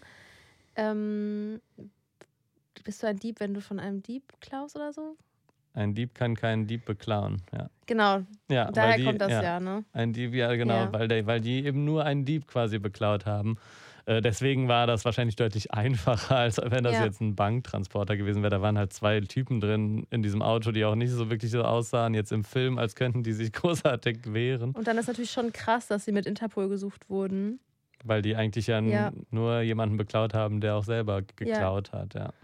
bist du ein Dieb, wenn du von einem Dieb klaust oder so? Ein Dieb kann keinen Dieb beklauen, ja. Genau, ja, daher kommt das ne? Ein Dieb, ja genau, Ja. Weil die eben nur einen Dieb quasi beklaut haben. Deswegen war das wahrscheinlich deutlich einfacher, als wenn das jetzt ein Banktransporter gewesen wäre. Da waren halt 2 Typen drin in diesem Auto, die auch nicht so wirklich so aussahen jetzt im Film, als könnten die sich großartig wehren. Und dann ist natürlich schon krass, dass sie mit Interpol gesucht wurden. Weil die eigentlich nur jemanden beklaut haben, der auch selber geklaut hat, ja.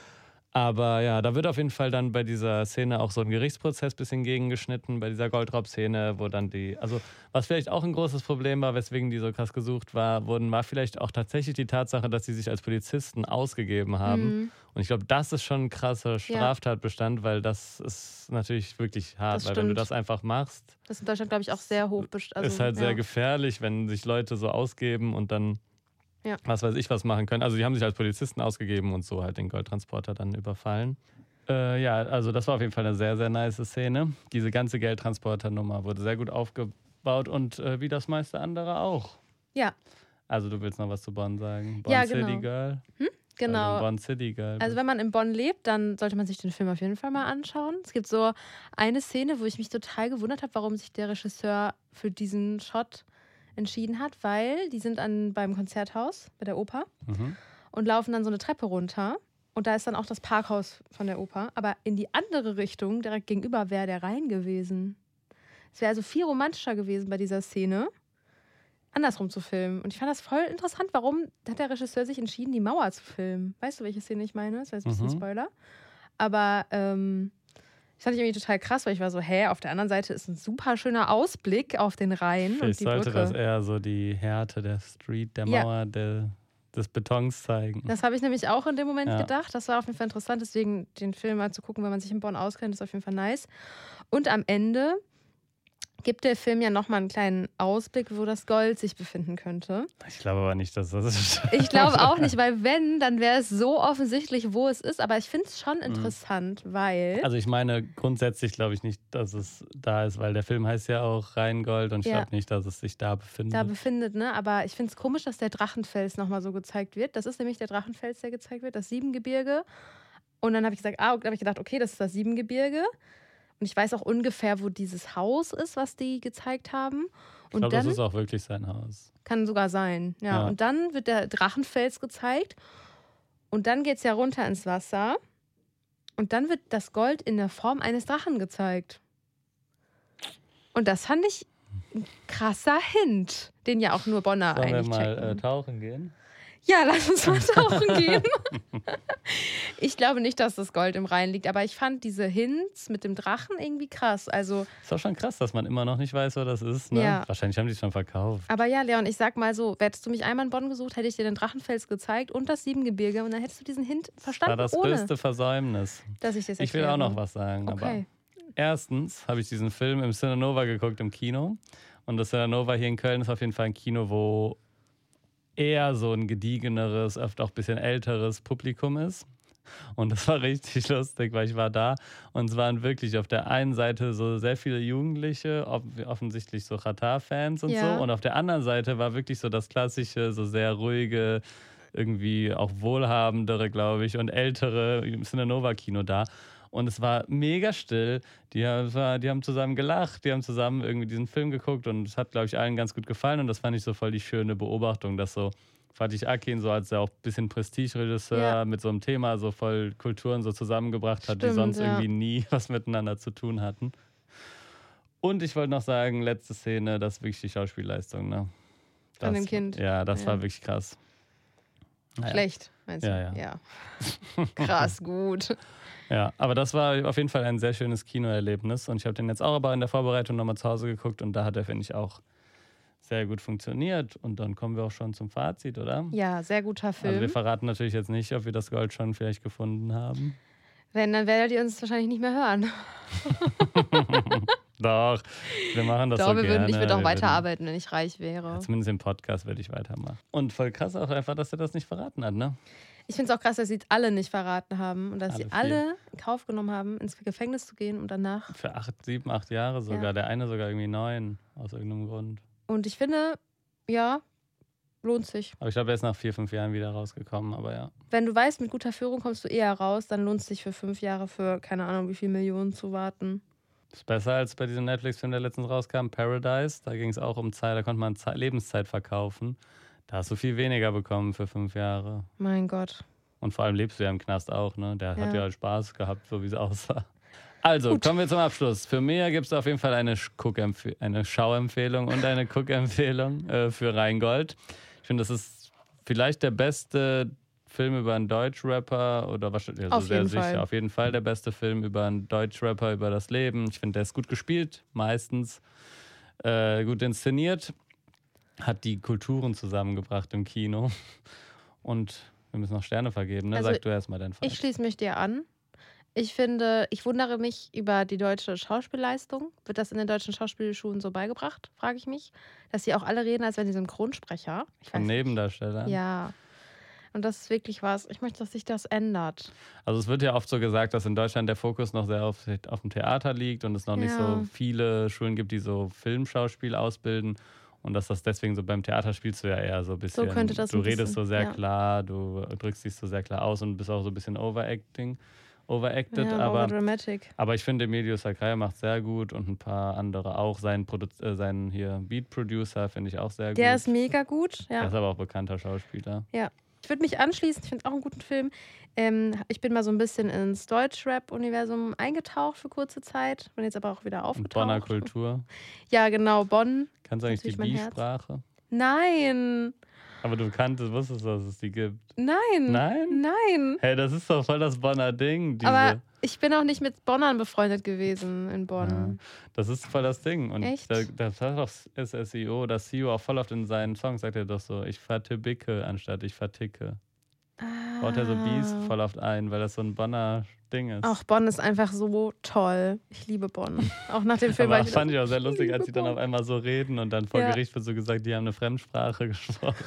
Aber ja, da wird auf jeden Fall dann bei dieser Szene auch so ein Gerichtsprozess ein bisschen gegengeschnitten, bei dieser Goldraub-Szene, wo dann also was vielleicht auch ein großes Problem war, weswegen die so krass gesucht war vielleicht auch tatsächlich die Tatsache, dass sie sich als Polizisten ausgegeben haben. Und ich glaube, das ist schon ein krasser Straftatbestand, weil das ist natürlich wirklich hart, weil wenn du das einfach machst. Das ist in Deutschland, glaube ich, auch sehr hoch. Ist halt sehr gefährlich, wenn sich Leute so ausgeben und dann was weiß ich was machen können. Also die haben sich als Polizisten ausgegeben und so halt den Goldtransporter dann überfallen. Also das war auf jeden Fall eine sehr, sehr nice Szene. Diese ganze Geldtransporter-Nummer wurde sehr gut aufgebaut und wie das meiste andere auch. Ja. Also du willst noch was zu Bonn sagen? Bonn genau. City Girl? Genau. Bonn City Girl. Also wenn man in Bonn lebt, dann sollte man sich den Film auf jeden Fall mal anschauen. Es gibt so eine Szene, wo ich mich total gewundert habe, warum sich der Regisseur für diesen Shot entschieden hat, weil die sind beim Konzerthaus bei der Oper und laufen dann so eine Treppe runter und da ist dann auch das Parkhaus von der Oper, aber in die andere Richtung, direkt gegenüber, wäre der Rhein gewesen. Es wäre also viel romantischer gewesen bei dieser Szene, andersrum zu filmen. Und ich fand das voll interessant, warum hat der Regisseur sich entschieden, die Mauer zu filmen. Weißt du, welche Szene ich meine? Das wäre jetzt ein bisschen Spoiler. Aber das fand ich irgendwie total krass, weil ich war so, auf der anderen Seite ist ein super schöner Ausblick auf den Rhein und die Brücke. Sollte das eher so die Härte der Mauer, des Betons zeigen. Das habe ich nämlich auch in dem Moment gedacht. Das war auf jeden Fall interessant, deswegen den Film mal zu gucken, wenn man sich in Bonn auskennt, ist auf jeden Fall nice. Und am Ende gibt der Film ja nochmal einen kleinen Ausblick, wo das Gold sich befinden könnte. Ich glaube aber nicht, dass das ist. Ich glaube auch nicht, weil wenn, dann wäre es so offensichtlich, wo es ist. Aber ich finde es schon interessant, weil... Also ich meine, grundsätzlich glaube ich nicht, dass es da ist, weil der Film heißt ja auch Rheingold und ich glaube nicht, dass es sich da befindet. Ne? Aber ich finde es komisch, dass der Drachenfels nochmal so gezeigt wird. Das ist nämlich der Drachenfels, der gezeigt wird, das Siebengebirge. Und dann habe ich gedacht, okay, das ist das Siebengebirge. Und ich weiß auch ungefähr, wo dieses Haus ist, was die gezeigt haben. Ich glaube, das ist auch wirklich sein Haus. Kann sogar sein, ja. Und dann wird der Drachenfels gezeigt. Und dann geht es ja runter ins Wasser. Und dann wird das Gold in der Form eines Drachen gezeigt. Und das fand ich ein krasser Hint, den ja auch nur Bonner eigentlich checken. Sollen wir mal tauchen gehen? Ja, lass uns mal tauchen gehen. Ich glaube nicht, dass das Gold im Rhein liegt, aber ich fand diese Hints mit dem Drachen irgendwie krass. Also, ist auch schon krass, dass man immer noch nicht weiß, wo das ist. Ne? Ja. Wahrscheinlich haben die es schon verkauft. Aber ja, Leon, ich sag mal so, hättest du mich einmal in Bonn gesucht, hätte ich dir den Drachenfels gezeigt und das Siebengebirge und dann hättest du diesen Hint verstanden, das war das größte Versäumnis. Dass ich das Ich will auch noch was sagen. Okay. Aber erstens habe ich diesen Film im Cinenova geguckt im Kino. Und das Cinenova hier in Köln ist auf jeden Fall ein Kino, wo eher so ein gediegeneres, oft auch ein bisschen älteres Publikum ist. Und das war richtig lustig, weil ich war da und es waren wirklich auf der einen Seite so sehr viele Jugendliche, offensichtlich so Qatar-Fans und so. Ja. Und auf der anderen Seite war wirklich so das klassische, so sehr ruhige, irgendwie auch wohlhabendere, glaube ich, und ältere Cinenova-Kino da. Und es war mega still. Die haben zusammen gelacht, die haben zusammen irgendwie diesen Film geguckt und es hat, glaube ich, allen ganz gut gefallen. Und das fand ich so voll die schöne Beobachtung, dass so Fatih Akin so als ja auch ein bisschen Prestigeregisseur mit so einem Thema so voll Kulturen so zusammengebracht hat, die Stimmt, sonst ja. irgendwie nie was miteinander zu tun hatten. Und ich wollte noch sagen, letzte Szene, das ist wirklich die Schauspielleistung, ne? Von dem Kind. Ja, das Ja. war wirklich krass. Naja. Schlecht, meinst du? Ja. Krass, gut. Ja, aber das war auf jeden Fall ein sehr schönes Kinoerlebnis und ich habe den jetzt auch aber in der Vorbereitung nochmal zu Hause geguckt und da hat er, finde ich, auch sehr gut funktioniert. Und dann kommen wir auch schon zum Fazit, oder? Ja, sehr guter Also Film. wir verraten natürlich jetzt nicht, ob wir das Gold schon vielleicht gefunden haben. Wenn, dann werdet ihr uns wahrscheinlich nicht mehr hören. Doch, wir machen das Doch, so gerne. ich würde auch Wir weiterarbeiten, wenn ich reich wäre. würden- Zumindest im Podcast würde ich weitermachen. Und voll krass auch einfach, dass er das nicht verraten hat, ne? Ich finde es auch krass, dass sie es alle nicht verraten haben und dass Alle sie vier. alle in Kauf genommen haben, ins Gefängnis zu gehen und danach. Für 7, 8 Jahre sogar. Ja. Der eine sogar irgendwie 9, aus irgendeinem Grund. Und ich finde, ja, lohnt sich. Aber ich glaube, er ist nach 4, 5 Jahren wieder rausgekommen, aber ja. Wenn du weißt, mit guter Führung kommst du eher raus, dann lohnt es sich für 5 Jahre für keine Ahnung wie viel Millionen zu warten. Ist besser als bei diesem Netflix-Film, der letztens rauskam, Paradise. Da ging es auch um Zeit, da konnte man Lebenszeit verkaufen. Da hast du viel weniger bekommen für 5 Jahre. Mein Gott. Und vor allem lebst du ja im Knast auch, ne? Der hat Ja. ja Spaß gehabt, so wie es aussah. Also, Gut. kommen wir zum Abschluss. Für mich gibt es auf jeden Fall eine Schauempfehlung und eine Guckempfehlung für Rheingold. Ich finde, das ist vielleicht der beste Film über einen Deutschrapper oder wahrscheinlich Auf sehr jeden sicher. Fall. Auf jeden Fall der beste Film über einen Deutschrapper, über das Leben. Ich finde, der ist gut gespielt, meistens. Gut inszeniert. Hat die Kulturen zusammengebracht im Kino. Und wir müssen noch Sterne vergeben, ne? Also, Sag du erstmal deinen Fall. Ich schließe mich dir an. Ich finde, ich wundere mich über die deutsche Schauspielleistung. Wird das in den deutschen Schauspielschulen so beigebracht, frage ich mich. Dass sie auch alle reden, als wären sie Synchronsprecher. Ich Von weiß nicht. Nebendarstellern. Ja. Und das ist wirklich was. Ich möchte, dass sich das ändert. Also es wird ja oft so gesagt, dass in Deutschland der Fokus noch sehr auf dem Theater liegt und es noch nicht Ja. so viele Schulen gibt, die so Filmschauspiel ausbilden. Und dass das deswegen so beim Theater spielst du ja eher so ein bisschen. könnte das du ein redest bisschen, so sehr ja. klar, du drückst dich so sehr klar aus und bist auch so ein bisschen overacted. Ja, aber Dramatic. ich finde, Emilio Sacraia macht sehr gut und ein paar andere auch. Sein hier Beat-Producer finde ich auch sehr gut. Der ist mega gut. Der Ja. ist aber auch bekannter Schauspieler. Ich würde mich anschließen. Ich finde es auch einen guten Film. Ich bin mal so ein bisschen ins Deutschrap-Universum eingetaucht für kurze Zeit. Bin jetzt aber auch wieder Und aufgetaucht. Bonner Kultur. Ja, genau. Bonn. Kannst du eigentlich die Natürlich mein Herz. Bi-Sprache? Nein. Aber du wusstest, dass es die gibt. Nein. Nein? Nein. Hey, das ist doch voll das Bonner Ding. Aber ich bin auch nicht mit Bonnern befreundet gewesen in Bonn. Ja, das ist voll das Ding. Und Echt? das hat doch SSIO, das CEO auch voll oft in seinen Songs sagt er doch so, ich vertibicke anstatt ich verticke. Baut er so Bies voll oft ein, weil das so ein Bonner Ding ist. Auch Bonn ist einfach so toll. Ich liebe Bonn. Auch nach dem Film Aber war das fand ich auch sehr lustig, als sie dann Bonn. auf einmal so reden und dann vor Ja. Gericht wird so gesagt, die haben eine Fremdsprache gesprochen.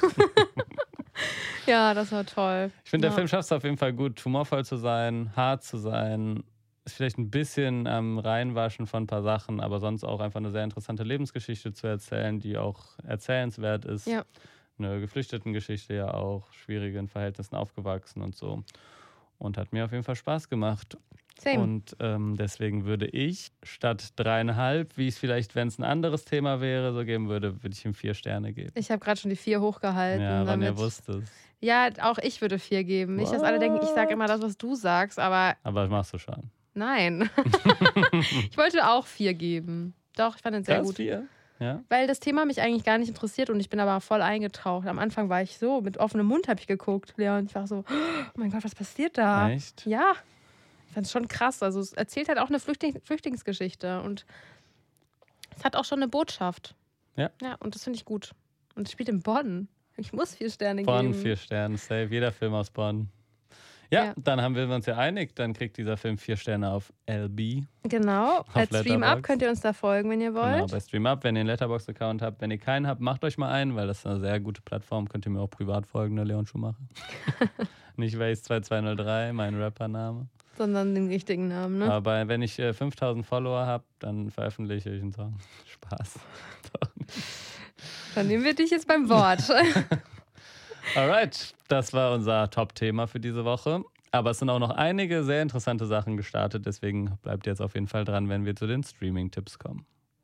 Ja, das war toll. Ich finde, der Ja. Film schafft es auf jeden Fall gut, humorvoll zu sein, hart zu sein. Ist vielleicht ein bisschen am Reinwaschen von ein paar Sachen, aber sonst auch einfach eine sehr interessante Lebensgeschichte zu erzählen, die auch erzählenswert ist. Ja. Eine Geflüchtetengeschichte ja auch, schwierigen Verhältnissen aufgewachsen und so. Und hat mir auf jeden Fall Spaß gemacht. Same. Und deswegen würde ich statt 3,5, wie es vielleicht, wenn es ein anderes Thema wäre, so geben würde, würde ich ihm 4 Sterne geben. Ich habe gerade schon die 4 hochgehalten. Ja, wann ihr damit- wusstet es. Ja, auch ich würde 4 geben. Nicht, dass alle denken, ich sage immer das, was du sagst, aber Aber das machst du schon. nein. Ich wollte auch 4 geben. Doch, ich fand den sehr Das gut. 4? Ja. Weil das Thema mich eigentlich gar nicht interessiert und ich bin aber voll eingetaucht. Am Anfang war ich so, mit offenem Mund habe ich geguckt, Leon. Ich war so, oh mein Gott, was passiert da? Echt? Ja, ich fand es schon krass. Also es erzählt halt auch eine Flüchtlingsgeschichte und es hat auch schon eine Botschaft. Ja. Ja, und das finde ich gut. Und es spielt in Bonn. Ich muss 4 Sterne Bonn, geben. 4 Sterne, safe. Jeder Film aus Bonn. Ja, Ja. dann haben wir uns ja einig. Dann kriegt dieser Film 4 Sterne auf LB. Genau. Als Stream Up Letterboxd. könnt ihr uns da folgen, wenn ihr wollt. Genau, bei Stream Up, wenn ihr einen Letterboxd-Account habt. Wenn ihr keinen habt, macht euch mal einen, weil das ist eine sehr gute Plattform. Könnt ihr mir auch privat folgen, der Leon Schumacher. Nicht Waze2203, mein Rappername. Sondern den richtigen Namen, ne? Aber wenn ich 5000 Follower habe, dann veröffentliche ich einen Song. Spaß. Dann nehmen wir dich jetzt beim Wort. Alright, das war unser Top-Thema für diese Woche. Aber es sind auch noch einige sehr interessante Sachen gestartet, deswegen bleibt jetzt auf jeden Fall dran, wenn wir zu den Streaming-Tipps kommen.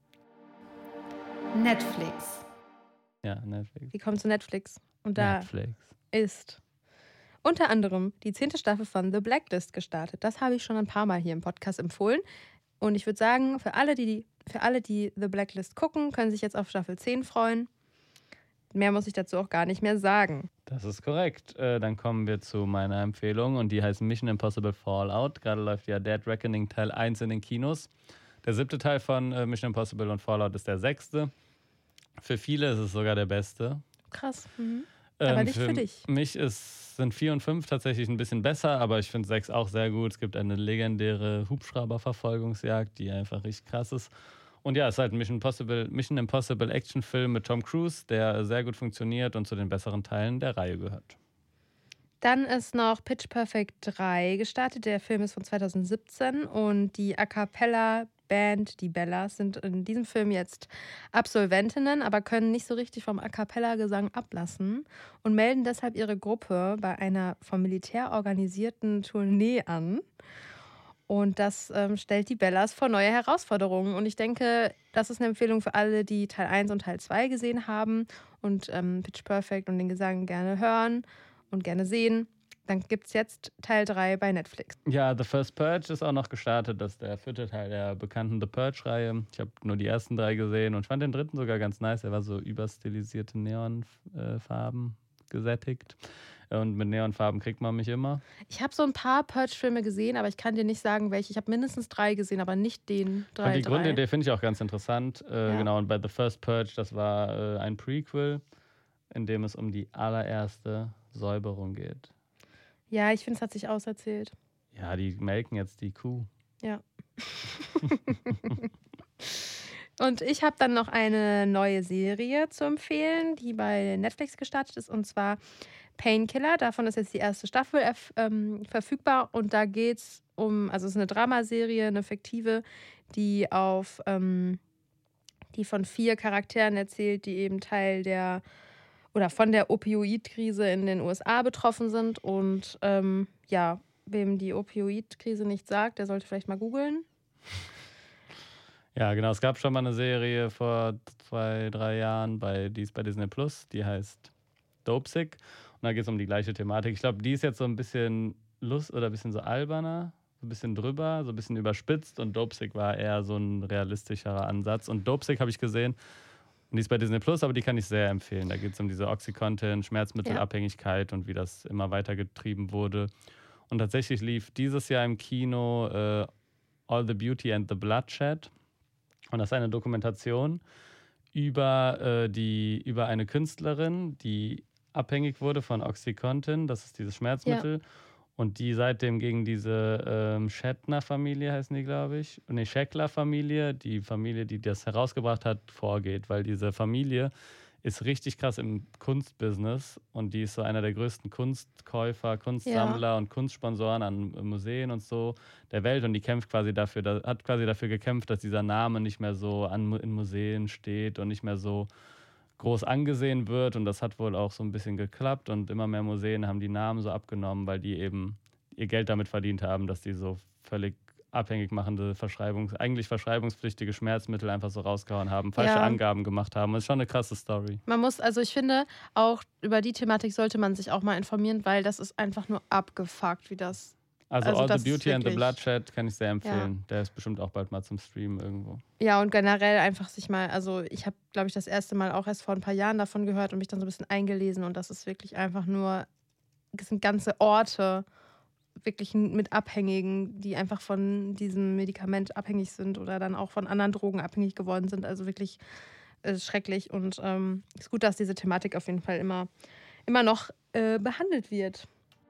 Netflix. Ja, Netflix. Wir kommen zu Netflix. Und da Netflix ist unter anderem die 10. Staffel von The Blacklist gestartet. Das habe ich schon ein paar Mal hier im Podcast empfohlen. Und ich würde sagen, für alle, die The Blacklist gucken, können sich jetzt auf Staffel 10 freuen. Mehr muss ich dazu auch gar nicht mehr sagen. Das ist korrekt. Dann kommen wir zu meiner Empfehlung und die heißt Mission Impossible Fallout. Gerade läuft ja Dead Reckoning Teil 1 in den Kinos. Der 7. Teil von Mission Impossible und Fallout ist der 6. Für viele ist es sogar der beste. Krass. Aber nicht für dich. Für mich sind 4 und 5 tatsächlich ein bisschen besser, aber ich finde 6 auch sehr gut. Es gibt eine legendäre Hubschrauberverfolgungsjagd, die einfach richtig krass ist. Und ja, es ist halt ein Mission Impossible Actionfilm mit Tom Cruise, der sehr gut funktioniert und zu den besseren Teilen der Reihe gehört. Dann ist noch Pitch Perfect 3 gestartet. Der Film ist von 2017 und die A Cappella-Band, die Bellas, sind in diesem Film jetzt Absolventinnen, aber können nicht so richtig vom A Cappella-Gesang ablassen und melden deshalb ihre Gruppe bei einer vom Militär organisierten Tournee an. Und das stellt die Bellas vor neue Herausforderungen. Und ich denke, das ist eine Empfehlung für alle, die Teil 1 und Teil 2 gesehen haben und Pitch Perfect und den Gesang gerne hören und gerne sehen. Dann gibt es jetzt Teil 3 bei Netflix. Ja, The First Purge ist auch noch gestartet. Das ist der 4. Teil der bekannten The Purge-Reihe. Ich habe nur die ersten 3 gesehen und fand den 3. sogar ganz nice. Er war so überstilisierte Neonfarben gesättigt. Und mit Neonfarben kriegt man mich immer. Ich habe so ein paar Purge-Filme gesehen, aber ich kann dir nicht sagen, welche. Ich habe mindestens 3 gesehen, aber nicht den 3. Und die Grundidee finde ich auch ganz interessant. Genau, und bei The First Purge, das war ein Prequel, in dem es um die allererste Säuberung geht. Ja, ich finde, es hat sich auserzählt. Ja, die melken jetzt die Kuh. Ja. Und ich habe dann noch eine neue Serie zu empfehlen, die bei Netflix gestartet ist, und zwar Painkiller. Davon ist jetzt die erste Staffel verfügbar und da geht es also es ist eine Dramaserie, eine fiktive, die die von 4 Charakteren erzählt, die eben Teil von der Opioidkrise in den USA betroffen sind. Und wem die Opioidkrise nicht sagt, der sollte vielleicht mal googeln. Ja, genau. Es gab schon mal eine Serie vor 2-3 Jahren, die ist bei Disney Plus, die heißt Dopesick. Und da geht es um die gleiche Thematik. Ich glaube, die ist jetzt so ein bisschen ein bisschen so alberner, so ein bisschen drüber, so ein bisschen überspitzt. Und Dopesick war eher so ein realistischerer Ansatz. Und Dopesick habe ich gesehen. Und die ist bei Disney Plus, aber die kann ich sehr empfehlen. Da geht es um diese Oxycontin, Schmerzmittelabhängigkeit und wie das immer weiter getrieben wurde. Und tatsächlich lief dieses Jahr im Kino All the Beauty and the Bloodshed. Und das ist eine Dokumentation über eine Künstlerin, die abhängig wurde von Oxycontin, das ist dieses Schmerzmittel. Ja. Und die seitdem gegen diese Shatner-Familie, heißen die, glaube ich, Scheckler-Familie, die Familie, die das herausgebracht hat, vorgeht. Weil diese Familie ist richtig krass im Kunstbusiness und die ist so einer der größten Kunstkäufer, Kunstsammler und Kunstsponsoren an Museen und so der Welt. Und die hat quasi dafür gekämpft, dass dieser Name nicht mehr so in Museen steht und nicht mehr so groß angesehen wird. Und das hat wohl auch so ein bisschen geklappt. Und immer mehr Museen haben die Namen so abgenommen, weil die eben ihr Geld damit verdient haben, dass die so völlig abhängig machende eigentlich verschreibungspflichtige Schmerzmittel einfach so rausgehauen haben, falsche Angaben gemacht haben. Das ist schon eine krasse Story. Ich finde, auch über die Thematik sollte man sich auch mal informieren, weil das ist einfach nur abgefuckt, wie das. Also All the Beauty and the Bloodshed kann ich sehr empfehlen. Ja. Der ist bestimmt auch bald mal zum Streamen irgendwo. Ja, und generell einfach sich mal, ich habe, glaube ich, das erste Mal auch erst vor ein paar Jahren davon gehört und mich dann so ein bisschen eingelesen und das ist wirklich einfach nur, es sind ganze Orte, wirklich mit Abhängigen, die einfach von diesem Medikament abhängig sind oder dann auch von anderen Drogen abhängig geworden sind. Also wirklich schrecklich und ist gut, dass diese Thematik auf jeden Fall immer noch behandelt wird.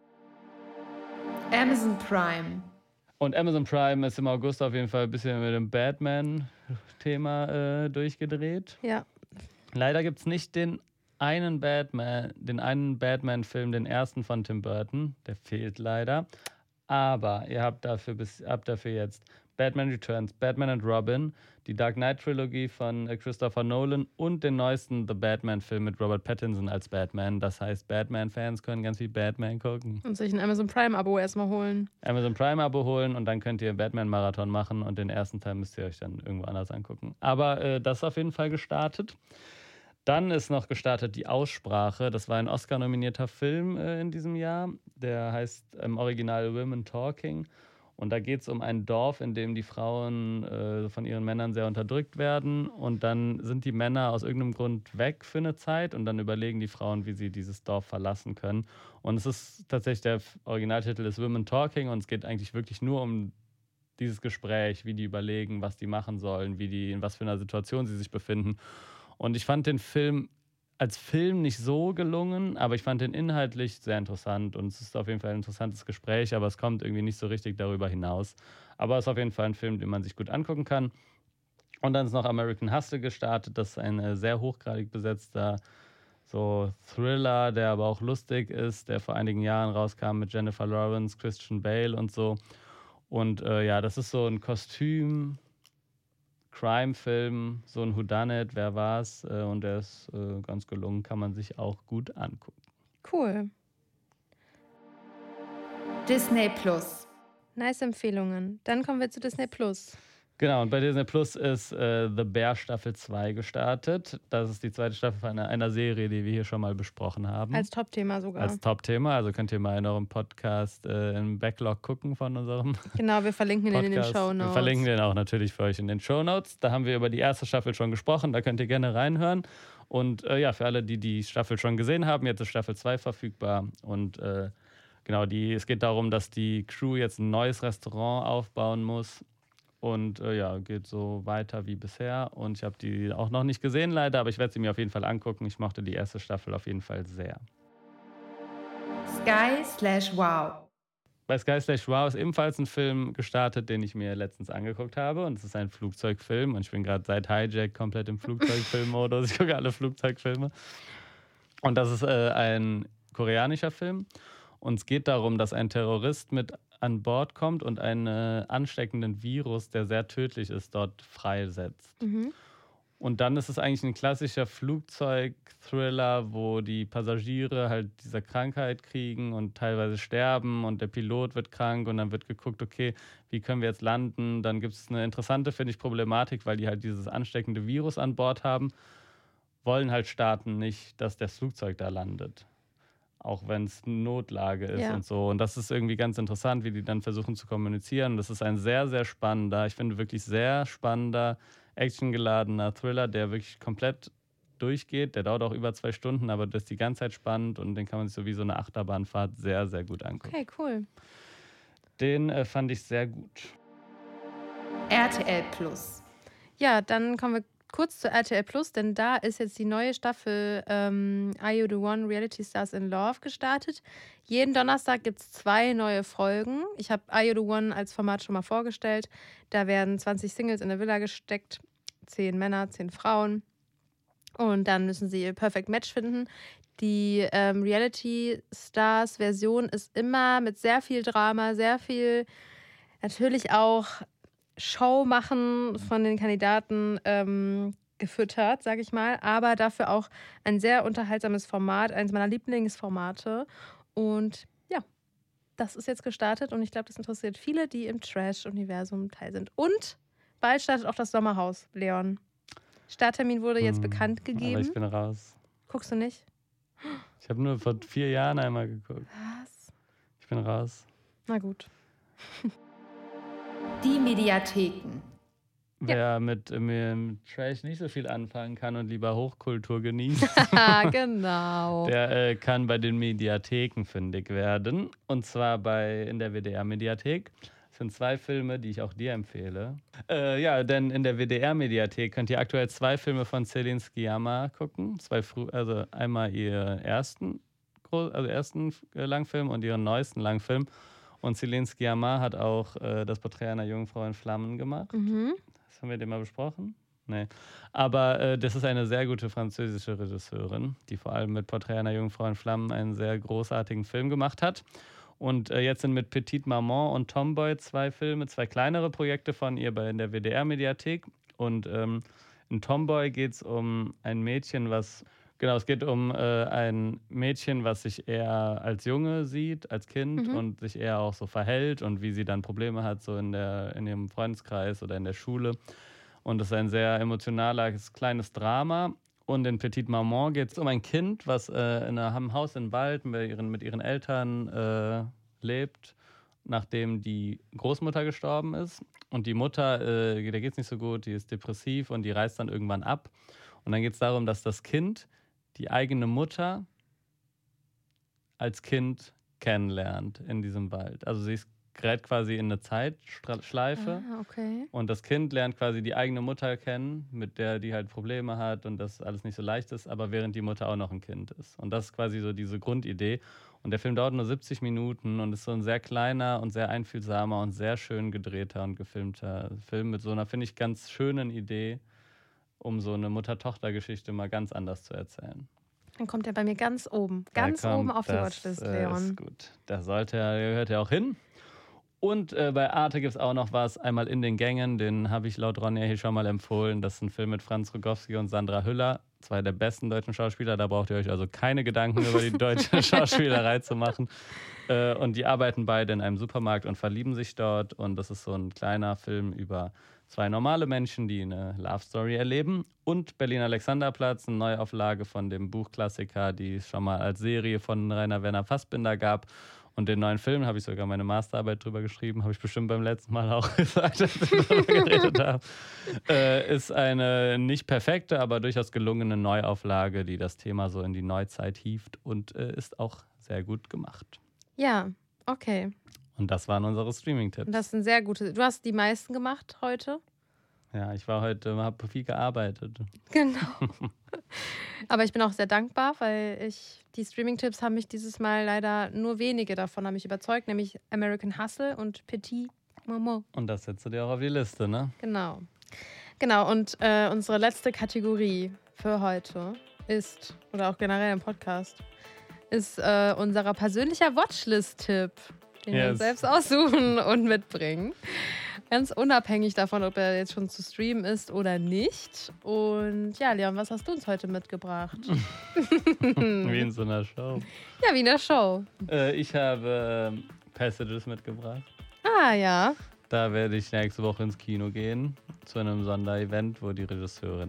Amazon Prime. Und Amazon Prime ist im August auf jeden Fall ein bisschen mit dem Batman-Thema durchgedreht. Ja. Leider gibt es nicht den den einen Batman-Film, den ersten von Tim Burton, der fehlt leider. Aber ihr habt dafür jetzt Batman Returns, Batman and Robin, die Dark Knight-Trilogie von Christopher Nolan und den neuesten The Batman-Film mit Robert Pattinson als Batman. Das heißt, Batman-Fans können ganz viel Batman gucken. Und sich ein Amazon Prime-Abo erstmal holen. Amazon Prime-Abo holen und dann könnt ihr Batman-Marathon machen und den ersten Teil müsst ihr euch dann irgendwo anders angucken. Aber das ist auf jeden Fall gestartet. Dann ist noch gestartet Die Aussprache. Das war ein Oscar-nominierter Film in diesem Jahr. Der heißt im Original Women Talking. Und da geht es um ein Dorf, in dem die Frauen von ihren Männern sehr unterdrückt werden. Und dann sind die Männer aus irgendeinem Grund weg für eine Zeit. Und dann überlegen die Frauen, wie sie dieses Dorf verlassen können. Und es ist tatsächlich, der Originaltitel ist Women Talking. Und es geht eigentlich wirklich nur um dieses Gespräch, wie die überlegen, was die machen sollen, in was für einer Situation sie sich befinden. Und ich fand den Film als Film nicht so gelungen, aber ich fand den inhaltlich sehr interessant und es ist auf jeden Fall ein interessantes Gespräch, aber es kommt irgendwie nicht so richtig darüber hinaus. Aber es ist auf jeden Fall ein Film, den man sich gut angucken kann. Und dann ist noch American Hustle gestartet, das ist ein sehr hochgradig besetzter so Thriller, der aber auch lustig ist, der vor einigen Jahren rauskam mit Jennifer Lawrence, Christian Bale und so. Und das ist so ein Kostüm Crime-Film, so ein Whodunit, wer war's? Und der ist ganz gelungen, kann man sich auch gut angucken. Cool. Disney Plus. Nice Empfehlungen. Dann kommen wir zu Disney Plus. Genau, und bei Disney Plus ist The Bear Staffel 2 gestartet. Das ist die zweite Staffel einer Serie, die wir hier schon mal besprochen haben. Als Top-Thema sogar. Als Top-Thema, also könnt ihr mal in eurem Podcast im Backlog gucken von unserem Genau, wir verlinken den in den Shownotes. Wir verlinken den auch natürlich für euch in den Shownotes. Da haben wir über die erste Staffel schon gesprochen, da könnt ihr gerne reinhören. Und für alle, die die Staffel schon gesehen haben, jetzt ist Staffel 2 verfügbar. Und es geht darum, dass die Crew jetzt ein neues Restaurant aufbauen muss. Und geht so weiter wie bisher. Und ich habe die auch noch nicht gesehen leider, aber ich werde sie mir auf jeden Fall angucken. Ich mochte die erste Staffel auf jeden Fall sehr. Sky/Wow. Bei Sky/Wow ist ebenfalls ein Film gestartet, den ich mir letztens angeguckt habe. Und es ist ein Flugzeugfilm. Und ich bin gerade seit Hijack komplett im Flugzeugfilmmodus. Ich gucke alle Flugzeugfilme. Und das ist ein koreanischer Film. Und es geht darum, dass ein Terrorist mit an Bord kommt und einen ansteckenden Virus, der sehr tödlich ist, dort freisetzt. Mhm. Und dann ist es eigentlich ein klassischer Flugzeug-Thriller, wo die Passagiere halt diese Krankheit kriegen und teilweise sterben und der Pilot wird krank und dann wird geguckt, okay, wie können wir jetzt landen? Dann gibt es eine interessante, finde ich, Problematik, weil die halt dieses ansteckende Virus an Bord haben, wollen halt starten nicht, dass das Flugzeug da landet. Auch wenn es Notlage ist und so. Und das ist irgendwie ganz interessant, wie die dann versuchen zu kommunizieren. Das ist ein sehr, sehr spannender, ich finde wirklich sehr spannender, actiongeladener Thriller, der wirklich komplett durchgeht. Der dauert auch über 2 Stunden, aber das ist die ganze Zeit spannend und den kann man sich so wie so eine Achterbahnfahrt sehr, sehr gut angucken. Okay, cool. Den fand ich sehr gut. RTL Plus. Ja, dann kommen wir kurz zu RTL Plus, denn da ist jetzt die neue Staffel Are You the One? Reality Stars in Love gestartet. Jeden Donnerstag gibt es 2 neue Folgen. Ich habe Are You the One als Format schon mal vorgestellt. Da werden 20 Singles in eine Villa gesteckt, 10 Männer, 10 Frauen. Und dann müssen sie ihr Perfect Match finden. Die Reality Stars Version ist immer mit sehr viel Drama, sehr viel natürlich auch Show machen von den Kandidaten gefüttert, sage ich mal, aber dafür auch ein sehr unterhaltsames Format, eines meiner Lieblingsformate. Und ja, das ist jetzt gestartet und ich glaube, das interessiert viele, die im Trash-Universum teil sind. Und bald startet auch das Sommerhaus, Leon. Starttermin wurde jetzt bekannt gegeben. Aber ich bin raus. Guckst du nicht? Ich habe nur vor 4 Jahren einmal geguckt. Was? Ich bin raus. Na gut. Die Mediatheken. Wer mit Trash nicht so viel anfangen kann und lieber Hochkultur genießt, Genau. der kann bei den Mediatheken fündig werden. Und zwar in der WDR-Mediathek. Das sind 2 Filme, die ich auch dir empfehle. Denn in der WDR-Mediathek könnt ihr aktuell 2 Filme von Celine Sciamma gucken. Einmal ihren ersten Langfilm und ihren neuesten Langfilm. Und Celine Sciamma hat auch das Porträt einer jungen Frau in Flammen gemacht. Mhm. Das haben wir dir mal besprochen. Nee. Aber das ist eine sehr gute französische Regisseurin, die vor allem mit Porträt einer Jungfrau in Flammen einen sehr großartigen Film gemacht hat. Und jetzt sind mit Petite Maman und Tomboy 2 Filme, 2 kleinere Projekte von ihr in der WDR-Mediathek. Und in Tomboy geht es um ein Mädchen, es geht um ein Mädchen, was sich eher als Junge sieht, als Kind und sich eher auch so verhält und wie sie dann Probleme hat, so in ihrem Freundeskreis oder in der Schule. Und es ist ein sehr emotionales, kleines Drama. Und in Petite Maman geht es um ein Kind, was in einem Haus im Wald mit ihren Eltern lebt, nachdem die Großmutter gestorben ist. Und die Mutter, der geht es nicht so gut, die ist depressiv und die reist dann irgendwann ab. Und dann geht es darum, dass das Kind die eigene Mutter als Kind kennenlernt in diesem Wald. Also sie gerät quasi in eine Zeitschleife. Okay. Und das Kind lernt quasi die eigene Mutter kennen, mit der die halt Probleme hat und das alles nicht so leicht ist, aber während die Mutter auch noch ein Kind ist. Und das ist quasi so diese Grundidee. Und der Film dauert nur 70 Minuten und ist so ein sehr kleiner und sehr einfühlsamer und sehr schön gedrehter und gefilmter Film mit so einer, finde ich, ganz schönen Idee, um so eine Mutter-Tochter-Geschichte mal ganz anders zu erzählen. Dann kommt er bei mir ganz oben oben auf die Watchlist, Leon. Ist gut. Da gehört er auch hin. Und bei Arte gibt es auch noch was, einmal in den Gängen, den habe ich laut Ronja hier schon mal empfohlen. Das ist ein Film mit Franz Rogowski und Sandra Hüller, 2 der besten deutschen Schauspieler. Da braucht ihr euch also keine Gedanken über die deutsche Schauspielerei zu machen. Und die arbeiten beide in einem Supermarkt und verlieben sich dort. Und das ist so ein kleiner Film über 2 normale Menschen, die eine Love Story erleben. Und Berlin Alexanderplatz, eine Neuauflage von dem Buchklassiker, die es schon mal als Serie von Rainer Werner Fassbinder gab. Und den neuen Film, habe ich sogar meine Masterarbeit drüber geschrieben, habe ich bestimmt beim letzten Mal auch gesagt, als wir darüber geredet haben, ist eine nicht perfekte, aber durchaus gelungene Neuauflage, die das Thema so in die Neuzeit hieft und ist auch sehr gut gemacht. Ja, okay. Und das waren unsere Streaming-Tipps. Das sind sehr gute. Du hast die meisten gemacht heute? Ja, ich war heute, habe viel gearbeitet. Genau. Aber ich bin auch sehr dankbar, weil die Streaming-Tipps haben mich dieses Mal leider nur wenige davon haben mich überzeugt, nämlich American Hustle und Petite Maman. Und das setzt du dir auch auf die Liste, ne? Genau. Genau, und unsere letzte Kategorie für heute ist, oder auch generell im Podcast, ist unser persönlicher Watchlist-Tipp, den wir uns selbst aussuchen und mitbringen. Ganz unabhängig davon, ob er jetzt schon zu streamen ist oder nicht. Und ja, Leon, was hast du uns heute mitgebracht? Wie in so einer Show. Ja, wie in der Show. Ich habe Passages mitgebracht. Ah, ja. Da werde ich nächste Woche ins Kino gehen, zu einem Sonderevent, wo die Regisseurin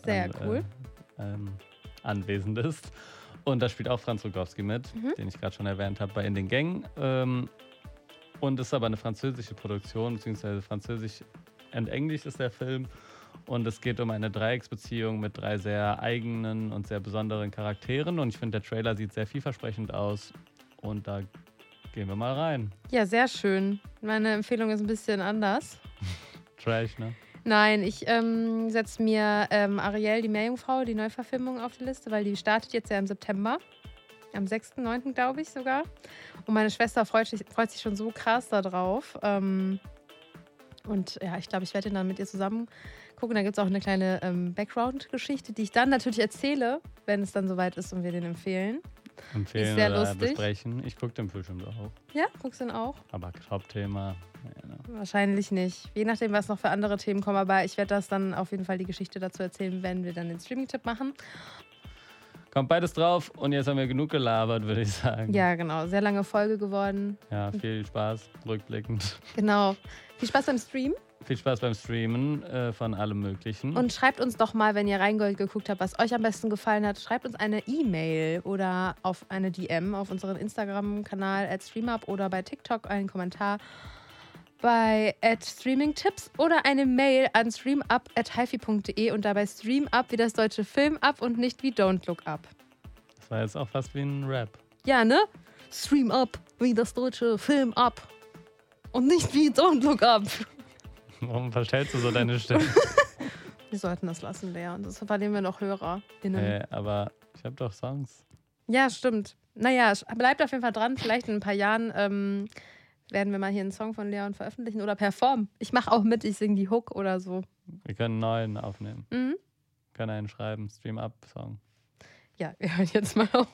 anwesend ist. Und da spielt auch Franz Rogowski mit, den ich gerade schon erwähnt habe, bei In den Gängen. Und es ist aber eine französische Produktion, beziehungsweise französisch und englisch ist der Film. Und es geht um eine Dreiecksbeziehung mit 3 sehr eigenen und sehr besonderen Charakteren. Und ich finde, der Trailer sieht sehr vielversprechend aus. Und da gehen wir mal rein. Ja, sehr schön. Meine Empfehlung ist ein bisschen anders. Trash, ne? Nein, ich setze mir Ariel, die Meerjungfrau, die Neuverfilmung auf die Liste, weil die startet jetzt ja im September. Am 6.9. glaube ich sogar. Und meine Schwester freut sich schon so krass da drauf. Und ja, ich glaube, ich werde den dann mit ihr zusammen gucken. Da gibt es auch eine kleine Background-Geschichte, die ich dann natürlich erzähle, wenn es dann soweit ist und wir den empfehlen. Empfehlen ist sehr oder lustig. besprechen. Ich gucke den bestimmt auch. Ja, guckst du den auch? Aber Hauptthema. Ja. Wahrscheinlich nicht. Je nachdem, was noch für andere Themen kommen. Aber ich werde das dann auf jeden Fall die Geschichte dazu erzählen, wenn wir dann den Streaming-Tipp machen. Kommt beides drauf und jetzt haben wir genug gelabert, würde ich sagen. Ja, genau. Sehr lange Folge geworden. Ja, viel Spaß, rückblickend. Genau. Viel Spaß beim Stream. Viel Spaß beim Streamen von allem Möglichen. Und schreibt uns doch mal, wenn ihr Rheingold geguckt habt, was euch am besten gefallen hat. Schreibt uns eine E-Mail oder auf eine DM auf unseren Instagram-Kanal @streamup oder bei TikTok einen Kommentar bei @streamingtipps oder eine Mail an streamup@hifi.de und dabei streamup wie das deutsche Film up und nicht wie Don't Look Up. Das war jetzt auch fast wie ein Rap. Ja, ne? Stream up wie das deutsche Film up und nicht wie Don't Look Up. Warum verstellst du so deine Stimme? Wir sollten das lassen, Lea. Und sonst verlieren wir noch HörerInnen. Aber ich habe doch Songs. Ja, stimmt. Naja, bleibt auf jeden Fall dran. Vielleicht in ein paar Jahren werden wir mal hier einen Song von Leon veröffentlichen oder performen. Ich mache auch mit, ich singe die Hook oder so. Wir können einen neuen aufnehmen. Mhm. Können einen schreiben, Stream-Up-Song. Ja, wir hören jetzt mal auf.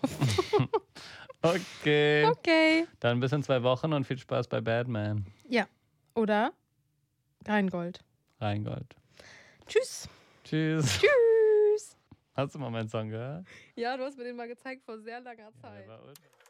Okay. Okay. Dann bis in 2 Wochen und viel Spaß bei Batman. Ja. Oder Rheingold. Rheingold. Tschüss. Tschüss. Tschüss. Hast du mal meinen Song gehört? Ja, du hast mir den mal gezeigt vor sehr langer Ja, Zeit. der war ultra.